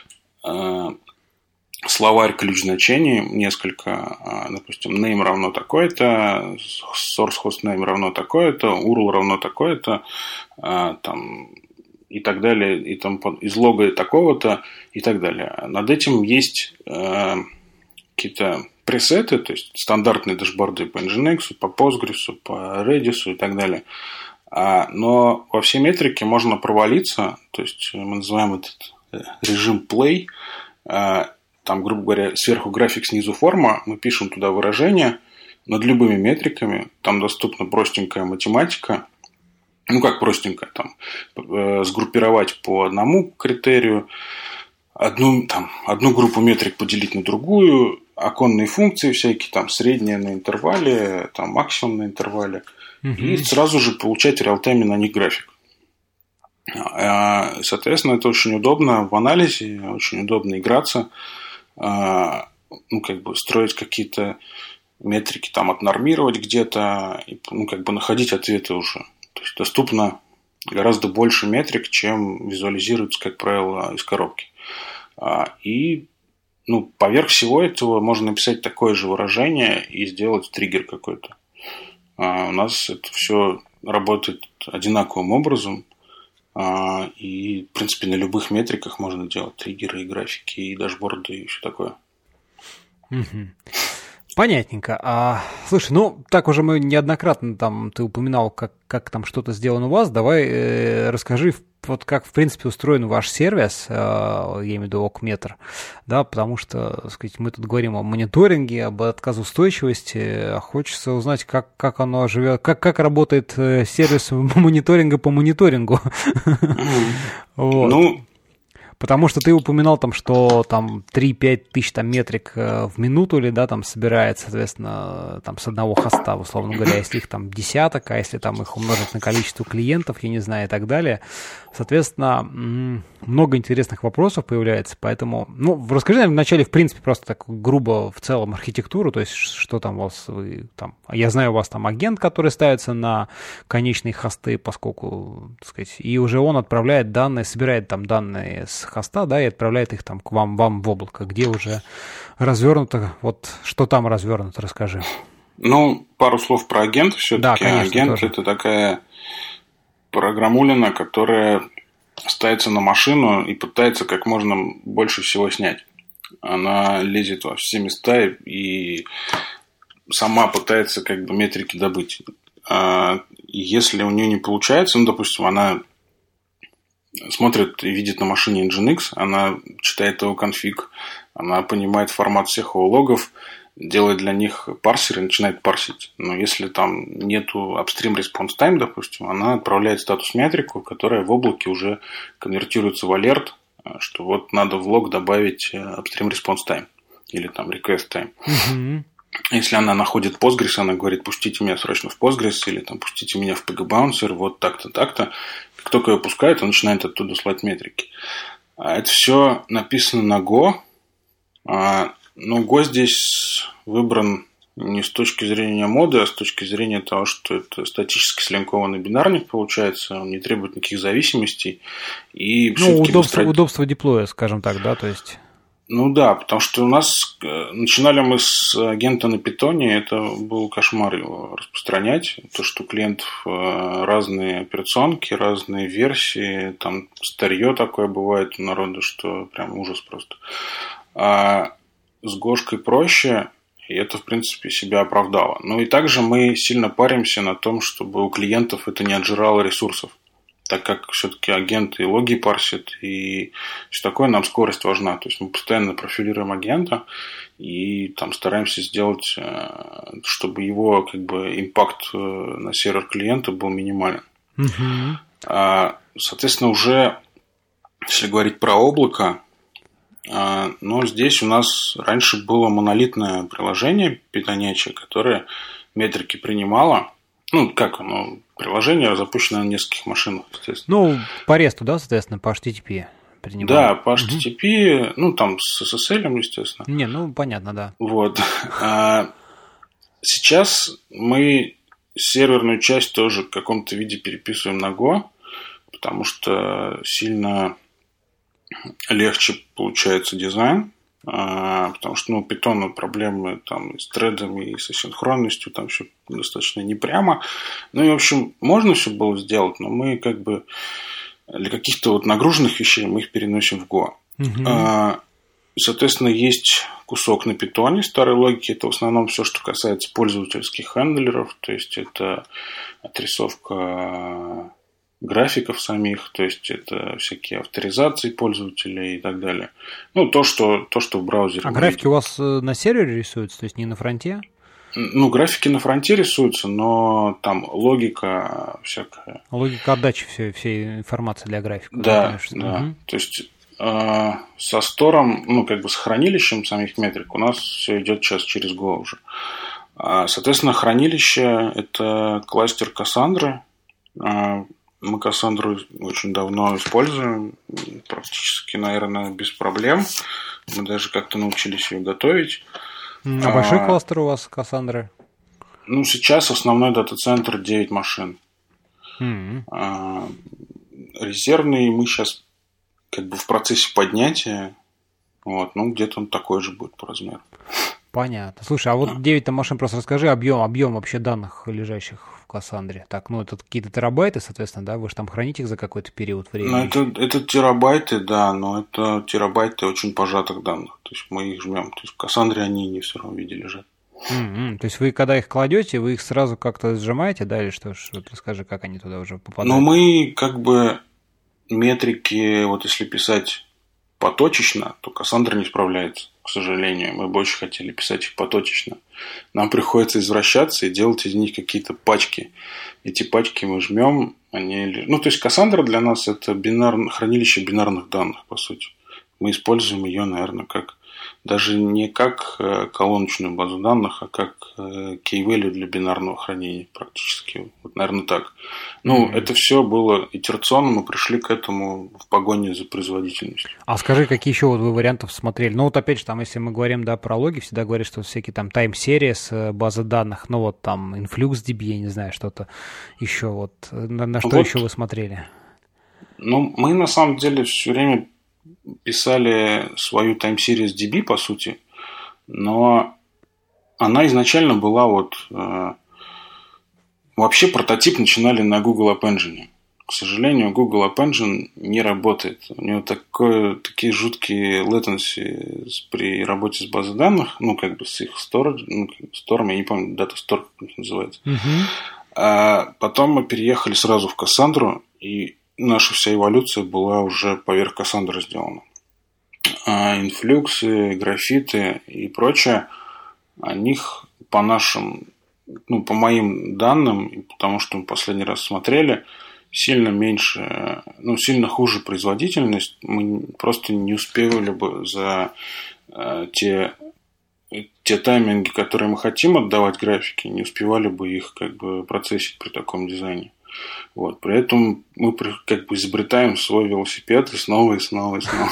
словарь ключ значений, несколько, допустим, name равно такое-то, source host name равно такое-то, URL равно такое-то, там, и так далее, и там из лога такого-то, и так далее. Над этим есть какие-то пресеты, то есть стандартные дашборды по Nginx, по Postgres, по Redis и так далее. Но во все метрики можно провалиться, то есть мы называем этот режим play. Там, грубо говоря, сверху график, снизу форма, мы пишем туда выражение над любыми метриками, там доступна простенькая математика, ну как простенькая, там сгруппировать по одному критерию, одну группу метрик поделить на другую, оконные функции всякие, там средние на интервале, там максимум на интервале, и сразу же получать в реал-тайме на них график. Соответственно, это очень удобно в анализе, очень удобно играться, ну, как бы строить какие-то метрики, там, отнормировать где-то, ну, как бы находить ответы уже. То есть, доступно гораздо больше метрик, чем визуализируется, как правило, из коробки. И, ну, поверх всего этого можно написать такое же выражение и сделать триггер какой-то. У нас это все работает одинаковым образом. И, в принципе, на любых метриках можно делать триггеры и графики, и дашборды, и все такое. Понятненько. Слушай, ну, так уже мы неоднократно там, ты упоминал, как там что-то сделано у вас. Давай расскажи, вот как, в принципе, устроен ваш сервис, я имею в виду Окметр, да, потому что, так сказать, мы тут говорим о мониторинге, об отказоустойчивости, а хочется узнать, как оно живет, как работает сервис мониторинга по мониторингу. Ну, потому что ты упоминал там, что там 3-5 тысяч там метрик в минуту или, да, там собирает, соответственно, там с одного хоста, условно говоря, если их там десяток, а если там их умножить на количество клиентов, я не знаю, и так далее. Соответственно, много интересных вопросов появляется, поэтому, ну, расскажи, наверное, вначале, в принципе, просто так грубо в целом архитектуру, то есть что там у вас, я знаю, у вас там агент, который ставится на конечные хосты, поскольку, так сказать, и уже он отправляет данные, собирает там данные с хоста, да, и отправляет их там к вам в облако, где уже развернуто, вот что там развернуто, расскажи. Ну, пару слов про агент все-таки. Да, конечно, агент тоже. Это такая программулина, которая ставится на машину и пытается как можно больше всего снять. Она лезет во все места и сама пытается как бы метрики добыть. Если у нее не получается, ну, допустим, она смотрит и видит на машине Nginx, она читает его конфиг, она понимает формат всех его логов, делает для них парсер и начинает парсить. Но если там нету upstream response time, допустим, она отправляет статус-метрику, которая в облаке уже конвертируется в алерт, что вот надо в лог добавить upstream response time или там request time. Если она находит Postgres, она говорит, пустите меня срочно в Postgres или там пустите меня в PG-Bouncer, вот так-то, так-то. Как только ее пускает, он начинает оттуда слать метрики. Это все написано на Go. Но Go здесь выбран не с точки зрения моды, а с точки зрения того, что это статически слинкованный бинарник получается, он не требует никаких зависимостей. И удобство деплоя, скажем так, да, то есть... Ну да, потому что у нас начинали мы с агента на питоне, это был кошмар его распространять. То, что у клиентов разные операционки, разные версии, там старье такое бывает у народа, что прям ужас просто. с Гошкой проще, и это, в принципе, себя оправдало. Ну и также мы сильно паримся на том, чтобы у клиентов это не отжирало ресурсов. Так как все-таки агент и логи парсит, и все такое, нам скорость важна. То есть мы постоянно профилируем агента и там стараемся сделать, чтобы его как бы импакт на сервер клиента был минимален. Соответственно, уже если говорить про облако, но здесь у нас раньше было монолитное приложение питонечье, которое метрики принимало. Ну, как оно? Приложение запущено на нескольких машинах, естественно. Ну, по ресту, да, соответственно, по HTTP принимало? Да, по HTTP, ну, там с SSL, естественно. Не, ну, понятно, да. Вот. Сейчас мы серверную часть тоже в каком-то виде переписываем на Go, потому что сильно легче получается дизайн, потому что у Python проблемы там и с тредами, и с асинхронностью, там все достаточно непрямо. Ну и, в общем, можно все было сделать, но мы как бы для каких-то вот нагруженных вещей мы их переносим в Go. Соответственно, есть кусок на Python старой логики. Это в основном все, что касается пользовательских хендлеров, то есть это отрисовка графиков самих, то есть это всякие авторизации пользователей и так далее. Ну, то, что в браузере. А графики у вас на сервере рисуются, то есть не на фронте? Ну, графики на фронте рисуются, но там логика всякая. Логика отдачи всей информации для графика. Да, да. То есть со стором, ну, как бы с хранилищем самих метрик у нас все идет сейчас через Go уже. Соответственно, хранилище – это кластер Кассандры. Мы Кассандру очень давно используем, практически, наверное, без проблем. Мы даже как-то научились ее готовить. А большой кластер у вас Кассандры? Ну, сейчас основной дата-центр 9 машин. Резервный мы сейчас как бы в процессе поднятия. Вот, ну, где-то он такой же будет по размеру. Понятно. Слушай, а вот 9 машин, просто расскажи объем вообще данных, лежащих в Кассандре. Так, ну, это какие-то терабайты, соответственно, да? Вы же там храните их за какой-то период времени? Ну, это терабайты, да, но это терабайты очень пожатых данных. То есть мы их жмем. То есть в Кассандре они не в сыром виде лежат. То есть вы, когда их кладете, вы их сразу как-то сжимаете, да, или что? Вот расскажи, как они туда уже попадают. Ну, мы как бы метрики, вот если писать поточечно, то Кассандра не справляется, к сожалению. Мы бы очень хотели писать их поточечно. Нам приходится извращаться и делать из них какие-то пачки. Эти пачки мы жмем, они... Ну, то есть Кассандра для нас это хранилище бинарных данных, по сути. Мы используем ее, наверное, как даже не как колоночную базу данных, а как key-value для бинарного хранения практически. Вот, наверное, так. Ну, это все было итерационно, мы пришли к этому в погоне за производительностью. А скажи, какие еще вот вы вариантов смотрели? Ну, вот опять же, там, если мы говорим, да, про логи, всегда говорят, что всякие там time-series, базы данных, ну, вот там InfluxDB, я не знаю, что-то еще. Вот на что еще вы смотрели? Ну, мы на самом деле все время писали свою time-series DB, по сути, но она изначально была вот... Вообще прототип начинали на Google App Engine. К сожалению, Google App Engine не работает. У него такие жуткие latency при работе с базой данных, ну, как бы с их storage, стором, я не помню, Data Store, как это называется. А потом мы переехали сразу в Кассандру, и наша вся эволюция была уже поверх Кассандры сделана. Инфлюксы, графиты и прочее, о них по нашим, ну, по моим данным, и потому что мы последний раз смотрели, сильно меньше, ну, сильно хуже производительность. Мы просто не успевали бы за те тайминги, которые мы хотим отдавать графике, не успевали бы их как бы процессить при таком дизайне. Вот. При этом мы как бы изобретаем свой велосипед и снова, и снова, и снова.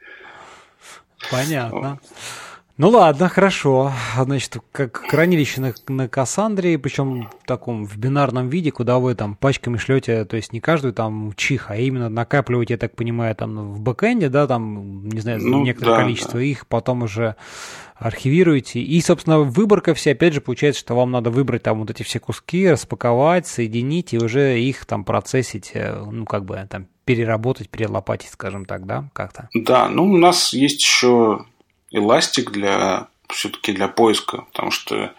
Понятно. Ну ладно, хорошо. Значит, как хранилище на Кассандре, причем в таком в бинарном виде, куда вы там пачками шлете, то есть не каждую там чих, а именно накапливаете, я так понимаю, там в бэкэнде, да, там, не знаю, некоторое количество их, потом уже архивируете. И, собственно, выборка вся, опять же, получается, что вам надо выбрать там вот эти все куски, распаковать, соединить и уже их там процессить, ну, как бы там переработать, перелопатить, скажем так, да, как-то? Да, ну, у нас есть еще эластик все-таки для поиска, потому что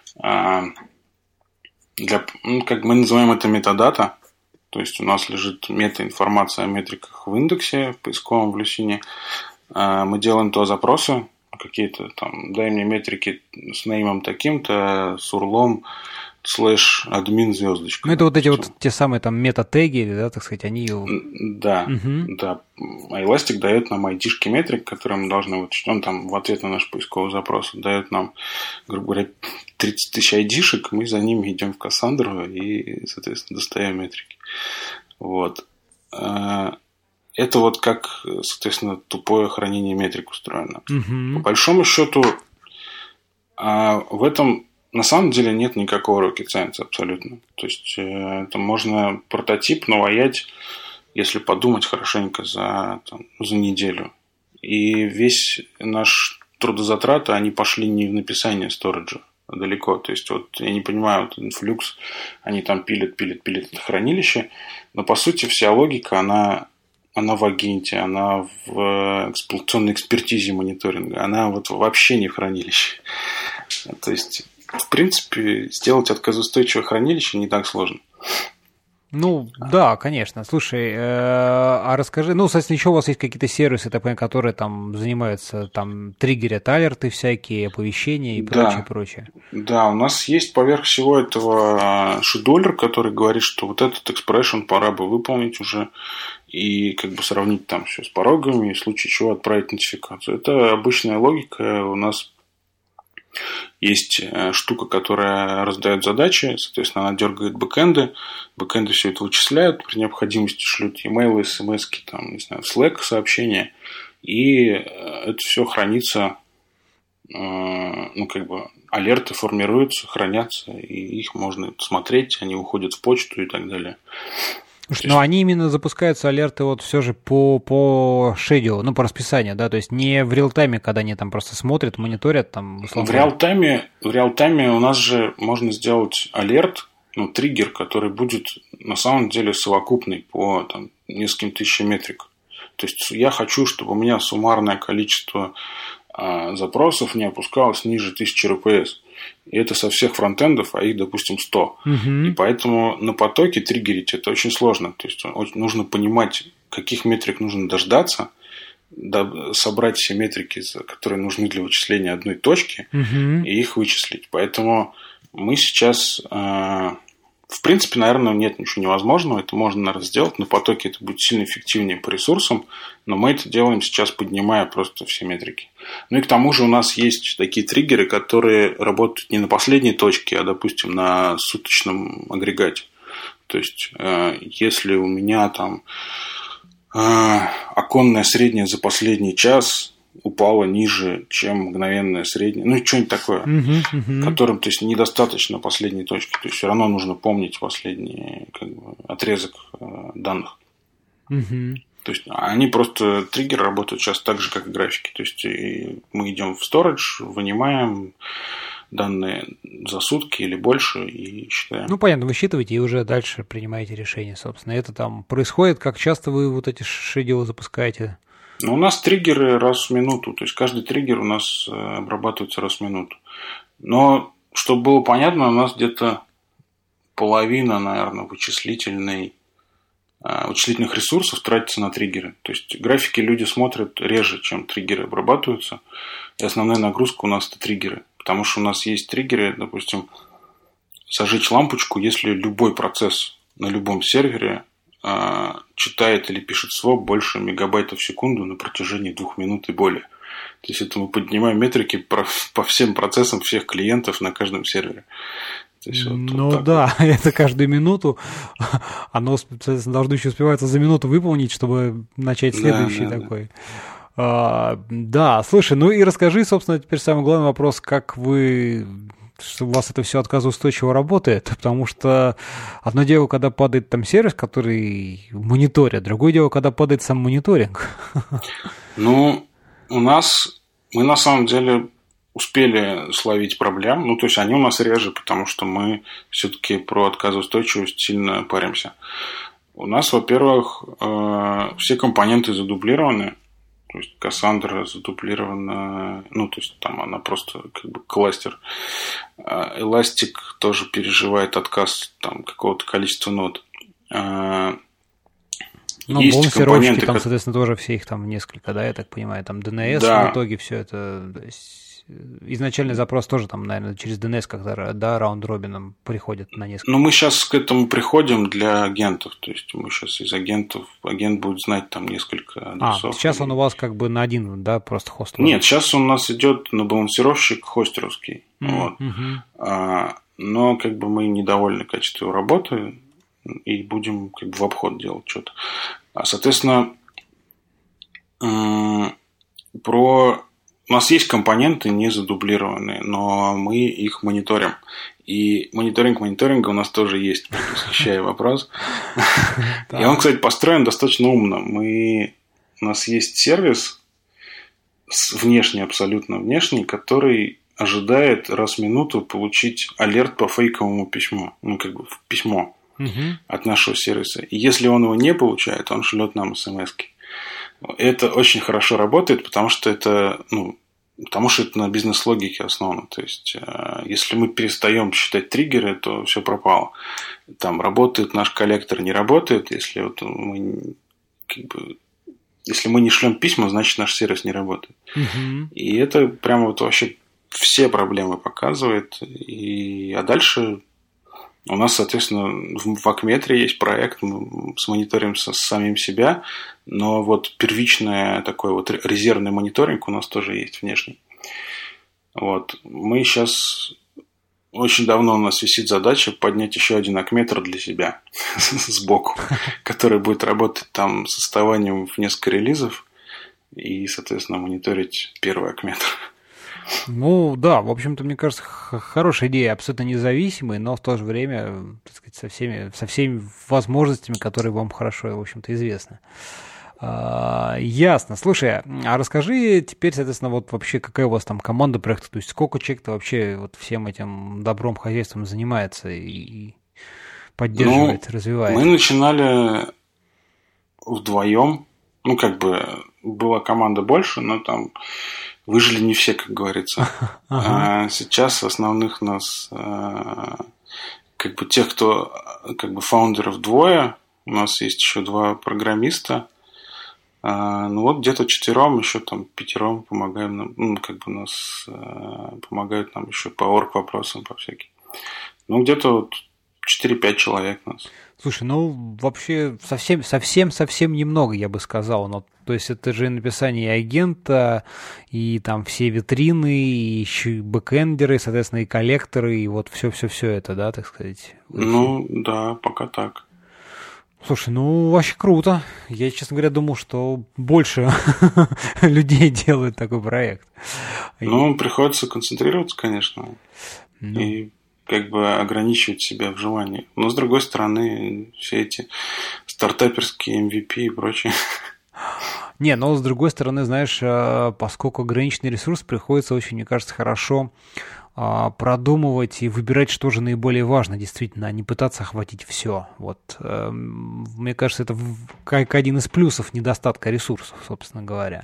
как мы называем это метадата, то есть у нас лежит метаинформация о метриках в индексе поисковом в Lucene. Мы делаем то запросы, какие-то там, дай мне метрики с неймом таким-то, с урлом, /админ звездочка. Ну, это вот эти вот те самые там мета-теги, да, так сказать, они... Да, да. А Elastic дает нам ID-шки метрик, которые мы должны вычислить. Он там в ответ на наш поисковый запрос дает нам, грубо говоря, 30 тысяч ID-шек, мы за ними идем в Кассандру и, соответственно, достаем метрики. Вот. Это вот как, соответственно, тупое хранение метрик устроено. По большому счету, в этом на самом деле нет никакого rocket science абсолютно. То есть, это можно прототип наваять, если подумать хорошенько, за неделю. И весь наш трудозатраты, они пошли не в написание сториджа, а далеко. То есть, вот я не понимаю, вот Influx, они там пилят это хранилище, но по сути вся логика, она в агенте, она в эксплуатационной экспертизе мониторинга, она вот вообще не в хранилище. То есть, в принципе, сделать отказоустойчивое хранилище не так сложно. Ну, да, конечно. Слушай, а расскажи, ну, соответственно, еще у вас есть какие-то сервисы, которые там занимаются, там, триггерят алерты всякие, оповещения и прочее. Да, у нас есть поверх всего этого шедулер, который говорит, что вот этот экспрессион пора бы выполнить уже и как бы сравнить там все с порогами и в случае чего отправить нотификацию. Это обычная логика. У нас есть штука, которая раздает задачи, соответственно, она дергает бэкэнды все это вычисляют, при необходимости шлют e-mail, смс-ки, там, не знаю, Slack сообщения, и это все хранится, ну, как бы, алерты формируются, хранятся, и их можно смотреть, они уходят в почту и так далее. Но они именно запускаются, алерты, вот все же по шедулу, ну, по расписанию, да, то есть не в реал-тайме, когда они там просто смотрят, мониторят, там, условно. В реал-тайме у нас же можно сделать алерт, ну, триггер, который будет на самом деле совокупный по там, нескольким тысячам метрик. То есть я хочу, чтобы у меня суммарное количество запросов не опускалось ниже 1000 RPS. И это со всех фронтендов, а их, допустим, 100. И поэтому на потоке триггерить это очень сложно. То есть нужно понимать, каких метрик нужно дождаться, собрать все метрики, которые нужны для вычисления одной точки, и их вычислить. Поэтому мы сейчас... В принципе, наверное, нет ничего невозможного. Это можно, наверное, сделать. На потоке это будет сильно эффективнее по ресурсам. Но мы это делаем сейчас, поднимая просто все метрики. Ну и к тому же у нас есть такие триггеры, которые работают не на последней точке, а, допустим, на суточном агрегате. То есть, если у меня там оконное среднее за последний час упало ниже, чем мгновенное среднее. Ну, и что-нибудь такое, которым, то есть, недостаточно последней точки. То есть, все равно нужно помнить последний как бы, отрезок данных. То есть, они просто, триггеры работают сейчас так же, как и графики. То есть, мы идем в storage, вынимаем данные за сутки или больше и считаем. Ну, понятно, вы считываете и уже дальше принимаете решение, собственно. Это там происходит, как часто вы вот эти шедулы запускаете? Ну, у нас триггеры раз в минуту. То есть, каждый триггер у нас обрабатывается раз в минуту. Но, чтобы было понятно, у нас где-то половина, наверное, вычислительных ресурсов тратится на триггеры. То есть, графики люди смотрят реже, чем триггеры обрабатываются. И основная нагрузка у нас это триггеры. Потому что у нас есть триггеры, допустим, зажечь лампочку, если любой процесс на любом сервере читает или пишет своп больше мегабайтов в секунду на протяжении 2 минут и более. То есть, это мы поднимаем метрики по всем процессам всех клиентов на каждом сервере. Есть, вот да, вот. Это каждую минуту. Оно, соответственно, должно еще успеваться за минуту выполнить, чтобы начать следующий такой. Да, слушай, ну и расскажи, собственно, теперь самый главный вопрос, как что у вас это все отказоустойчиво работает, потому что одно дело, когда падает там сервис, который мониторит, другое дело, когда падает сам мониторинг. Ну, мы на самом деле успели словить проблем, ну, то есть они у нас реже, потому что мы все-таки про отказоустойчивость сильно паримся. У нас, во-первых, все компоненты задублированы, То есть Cassandra задуплирована, ну, то есть там она просто как бы кластер. Elastic тоже переживает отказ там какого-то количества нод. Ну, Есть балансировщики, там, соответственно, тоже все их там несколько, да, я так понимаю, там DNS да. в итоге все это, то есть изначальный запрос тоже там, наверное, через DNS как-то, да, раунд-робином приходит на несколько. Ну, мы сейчас к этому приходим для агентов, то есть мы сейчас из агентов, агент будет знать там несколько адресов. Сейчас он у вас как бы на один, да, просто хост? Нет, сейчас он у нас идет на балансировщик хостеровский, вот. Но как бы мы недовольны качеством его работы и будем как бы в обход делать что-то. Соответственно, у нас есть компоненты не задублированные, но мы их мониторим. И мониторинг мониторинга у нас тоже есть, предвосхищая вопрос. И он, кстати, построен достаточно умно. У нас есть сервис, внешний, абсолютно внешний, который ожидает раз в минуту получить алерт по фейковому письму. Ну, как бы письмо от нашего сервиса. И если он его не получает, он шлет нам смс-ки. Это очень хорошо работает, потому что это на бизнес-логике основано. То есть, если мы перестаем считать триггеры, то все пропало. Там работает наш коллектор, не работает. Если мы не шлем письма, значит наш сервис не работает. И это прямо вот вообще все проблемы показывает. А дальше у нас, соответственно, в Акметре есть проект, мы смониторим с самим себя, но вот первичный такой вот резервный мониторинг у нас тоже есть внешний. Вот. Мы сейчас... Очень давно у нас висит задача поднять еще один Акметр для себя сбоку, который будет работать там с отставанием в несколько релизов и, соответственно, мониторить первый Акметр. Ну, да, в общем-то, мне кажется, хорошая идея, абсолютно независимый, но в то же время, так сказать, со всеми возможностями, которые вам хорошо, в общем-то, известны. Ясно. Слушай, а расскажи теперь, соответственно, вот вообще какая у вас там команда проекта, то есть сколько человек-то вообще вот всем этим добром, хозяйством занимается и поддерживает, развивает? Мы начинали вдвоем, была команда больше, но там выжили не все, как говорится. Сейчас основных нас, тех, кто, фаундеров двое, у нас есть еще 2 программиста. Где-то 4, еще там 5 помогаем нам, нас помогают нам еще по орг-вопросам, по всяким. Где-то вот 4-5 человек нас. Слушай, вообще совсем немного, я бы сказал. То есть это же написание агента, и там все витрины, и еще и бэкэндеры, соответственно, и коллекторы, и вот все это, да, так сказать? Да, пока так. Слушай, вообще круто. Я, честно говоря, думал, что больше людей делают такой проект. Приходится концентрироваться, конечно, и ограничивать себя в желании. Но, с другой стороны, все эти стартаперские MVP и прочее. Не, но с другой стороны, знаешь, поскольку ограниченный ресурс, приходится очень, мне кажется, хорошо продумывать и выбирать, что же наиболее важно, действительно, а не пытаться охватить все. Вот, мне кажется, это как один из плюсов недостатка ресурсов, собственно говоря.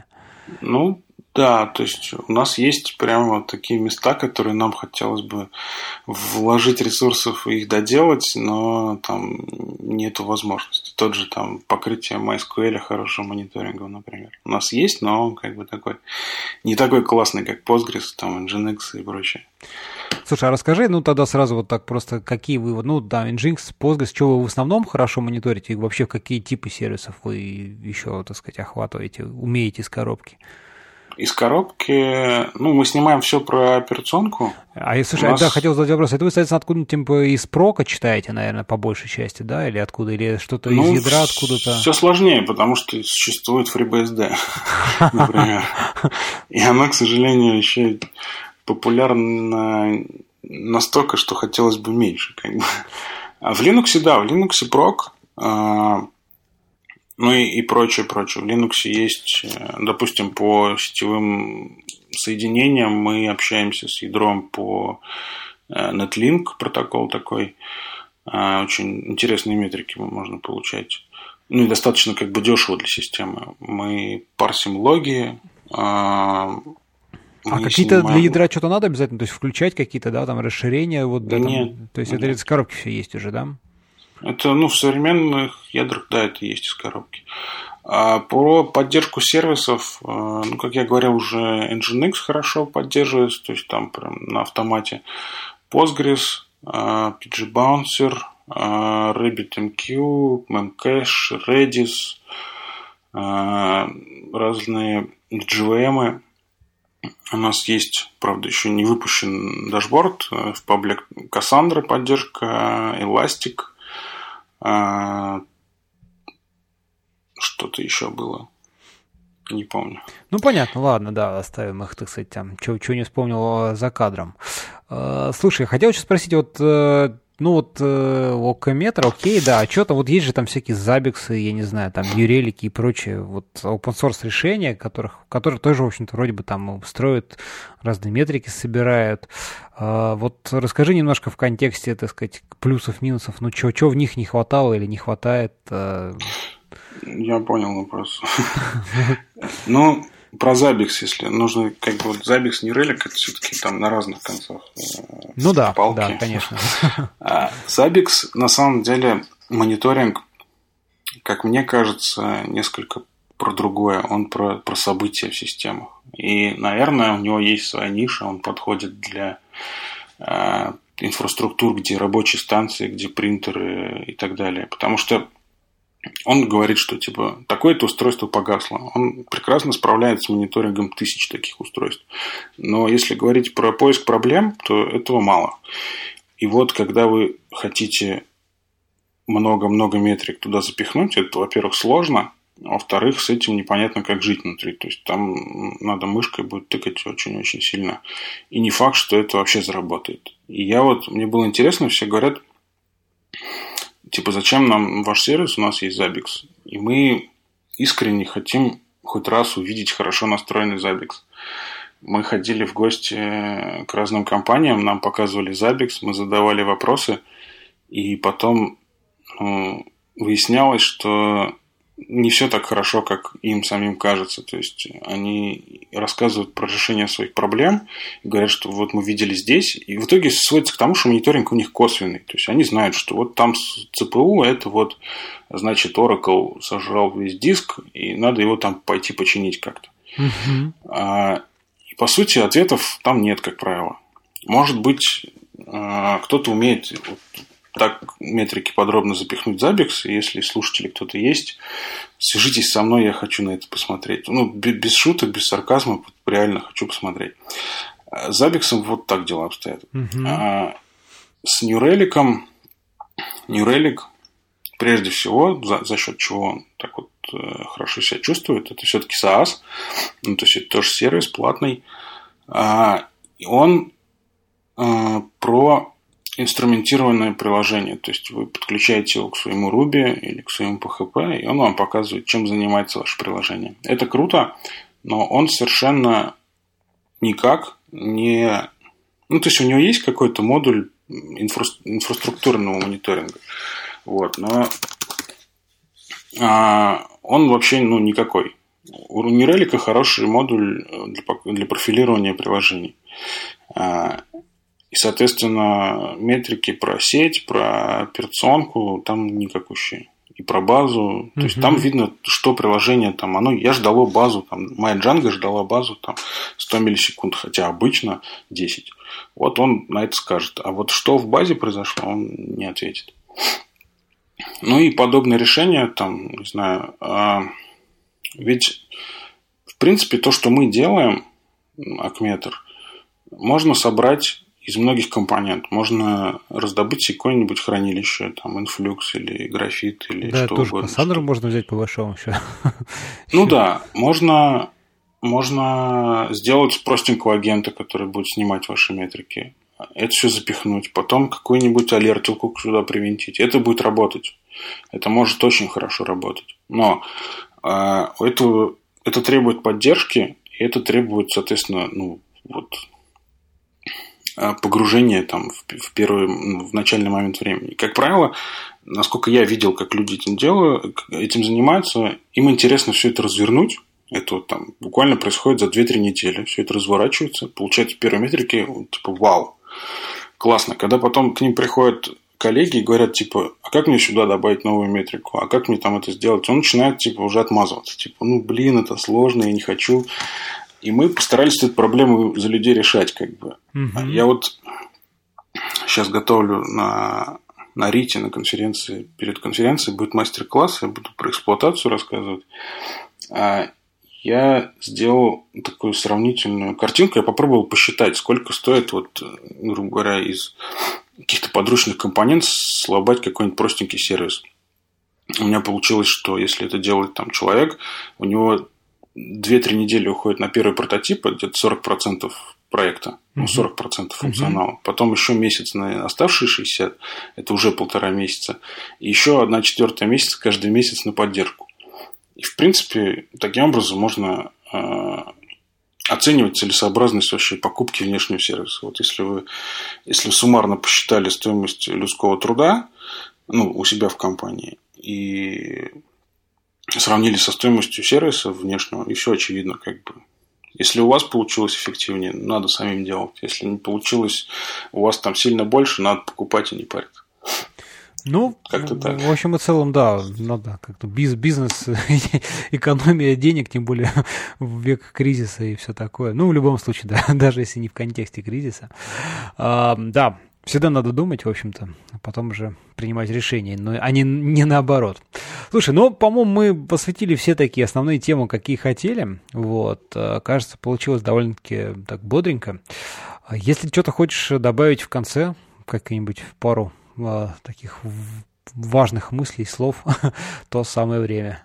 Да, то есть у нас есть прямо такие места, которые нам хотелось бы вложить ресурсов и их доделать, но там нету возможности. Тот же там покрытие MySQL хорошего мониторинга, например. У нас есть, но такой не такой классный, как Postgres, там Nginx и прочее. Слушай, а расскажи, тогда сразу вот так просто, какие вы, Nginx, Postgres, что вы в основном хорошо мониторите, и вообще какие типы сервисов вы еще, так сказать, охватываете, умеете из коробки? Из коробки, мы снимаем все про операционку. Слушай, да, хотел задать вопрос. Это вы, соответственно, откуда-нибудь из прока читаете, наверное, по большей части, да? Или откуда? Или что-то из ядра откуда-то? Все сложнее, потому что существует FreeBSD, например. И оно, к сожалению, еще популярно настолько, что хотелось бы меньше. А в Linux, да, в Linux прок... и прочее. В Linux есть, допустим, по сетевым соединениям мы общаемся с ядром по Netlink, протокол такой. Очень интересные метрики можно получать. ну и достаточно как бы дешево для системы. Мы парсим логи. Какие-то для ядра что-то надо обязательно? То есть включать какие-то, да, там расширения? Вот, да, нет. Там, то есть это из коробки все есть уже, да? Это, ну, в современных ядрах, да, это есть из коробки. А про поддержку сервисов, ну, как я говорил, уже Nginx хорошо поддерживается, то есть там прям на автомате. Postgres, pgbouncer, RabbitMQ, Memcache, Redis, разные JVM. У нас есть, правда, еще не выпущен дашборд в паблик Cassandra поддержка, Elastic. Что-то еще было. Не помню. Ну, понятно, ладно, да, оставим их, так сказать, там, чего не вспомнил за кадром. Слушай, хотел еще спросить, вот, ну, вот, Оккаметр, окей, да, а что-то, вот есть же там всякие Забиксы, я не знаю, там, Юрелики и прочие, вот, open-source решения, которые тоже, в общем-то, вроде бы там строят, разные метрики собирают. Вот расскажи немножко в контексте, так сказать, плюсов-минусов, ну, чего в них не хватало или не хватает? Я понял вопрос. Ну, про Zabbix, если нужно, как бы, вот Zabbix, New Relic, это все-таки там на разных концах ну да, палки. Да, конечно. Zabbix, на самом деле, мониторинг, как мне кажется, несколько про другое. Он про события в системах. И, наверное, у него есть своя ниша, он подходит для инфраструктур, где рабочие станции, где принтеры и так далее. Потому что он говорит, что типа такое-то устройство погасло. Он прекрасно справляется с мониторингом тысяч таких устройств. Но если говорить про поиск проблем, то этого мало. И вот когда вы хотите много-много метрик туда запихнуть, это, во-первых, сложно, а во-вторых, с этим непонятно, как жить внутри. То есть там надо мышкой будет тыкать очень-очень сильно. И не факт, что это вообще заработает. И мне было интересно, все говорят, типа, зачем нам ваш сервис, у нас есть Zabbix. И мы искренне хотим хоть раз увидеть хорошо настроенный Zabbix. Мы ходили в гости к разным компаниям, нам показывали Zabbix, мы задавали вопросы, и потом выяснялось, что не все так хорошо, как им самим кажется. То есть они рассказывают про решение своих проблем, говорят, что вот мы видели здесь, и в итоге сводится к тому, что мониторинг у них косвенный. То есть они знают, что вот там ЦПУ, это вот, значит, Oracle сожрал весь диск, и надо его там пойти починить как-то. И по сути ответов там нет, как правило. Может быть, кто-то умеет так метрики подробно запихнуть Zabbix, и если слушатели кто-то есть, свяжитесь со мной, я хочу на это посмотреть. Ну, без шуток, без сарказма, реально хочу посмотреть. С Zabbix вот так дела обстоят. С New Relic, прежде всего, за счет чего он так вот хорошо себя чувствует, это все-таки SaaS, ну, то есть это тоже сервис платный. Он про инструментированное приложение. То есть вы подключаете его к своему Ruby или к своему PHP, и он вам показывает, чем занимается ваше приложение. Это круто, но он совершенно никак не... Ну, то есть у него есть какой-то модуль инфраструктурного мониторинга. Вот, но он вообще никакой. У New Relic хороший модуль для профилирования приложений. И, соответственно, метрики про сеть, про операционку там никакущие. И про базу. То есть там видно, что приложение там. Я ждало базу, там, моя Django ждала базу там 100 миллисекунд, хотя обычно 10. Вот он на это скажет. А вот что в базе произошло, он не ответит. Ну и подобное решение, там, не знаю. Ведь, в принципе, то, что мы делаем, Оккаметр, можно собрать из многих компонентов. Можно раздобыть какое-нибудь хранилище, там, Influx или Graphite или да, что тоже угодно. Cassandra можно взять по большому счету. Ну да, можно сделать простенького агента, который будет снимать ваши метрики. Это все запихнуть. Потом какую-нибудь алертилку сюда привинтить. Это будет работать. Это может очень хорошо работать. Но это требует поддержки, и это требует, соответственно, погружения там в первый, в начальный момент времени. Как правило, насколько я видел, как люди этим занимаются, им интересно все это развернуть. Это вот там буквально происходит за 2-3 недели. Все это разворачивается, получается первые метрики, типа вау, классно. Когда потом к ним приходят коллеги и говорят, типа, а как мне сюда добавить новую метрику, а как мне там это сделать, он начинает, типа, уже отмазываться, типа, это сложно, я не хочу. И мы постарались эту проблему за людей решать, как бы. Я вот сейчас готовлю на РИТе, на конференции, перед конференцией будет мастер-класс, я буду про эксплуатацию рассказывать. Я сделал такую сравнительную картинку, я попробовал посчитать, сколько стоит, вот, грубо говоря, из каких-то подручных компонентов слабать какой-нибудь простенький сервис. У меня получилось, что если это делает там человек, у него 2-3 недели уходит на первый прототип, где-то 40% проекта, 40% функционала. Потом еще месяц на оставшие 60%, это уже 1,5 месяца. И еще 1/4 месяца каждый месяц на поддержку. И, в принципе, таким образом можно оценивать целесообразность вообще покупки внешнего сервиса. Вот если вы суммарно посчитали стоимость людского труда, у себя в компании, и сравнили со стоимостью сервиса внешнего, и все очевидно, как бы. Если у вас получилось эффективнее, надо самим делать. Если не получилось, у вас там сильно больше, надо покупать и не париться. Как-то так. В общем и целом, да, надо как-то бизнес, экономия денег, тем более в век кризиса и все такое. В любом случае, да, даже если не в контексте кризиса. Да, всегда надо думать, в общем-то, а потом уже принимать решения, а не наоборот. Слушай, по-моему, мы посвятили все такие основные темы, какие хотели. Вот, кажется, получилось довольно-таки так бодренько. Если что-то хочешь добавить в конце, как-нибудь пару таких важных мыслей, слов, то самое время.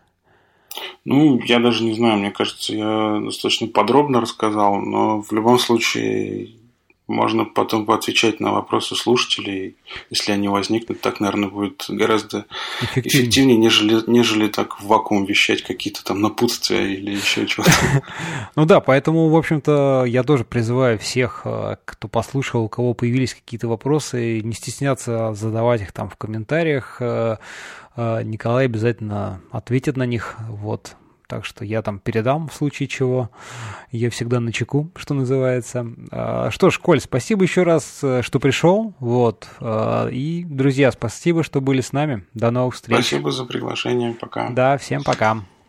Я даже не знаю, мне кажется, я достаточно подробно рассказал, но в любом случае можно потом поотвечать на вопросы слушателей, если они возникнут. Так, наверное, будет гораздо эффективнее, нежели так в вакуум вещать какие-то там напутствия или еще чего-то. Да, поэтому, в общем-то, я тоже призываю всех, кто послушал, у кого появились какие-то вопросы, не стесняться задавать их там в комментариях. Николай обязательно ответит на них. Вот. Так что я там передам в случае чего. Я всегда начеку, что называется. Что ж, Коль, спасибо еще раз, что пришел. Вот. И, друзья, спасибо, что были с нами. До новых встреч. Спасибо за приглашение. Пока. Да, всем пока.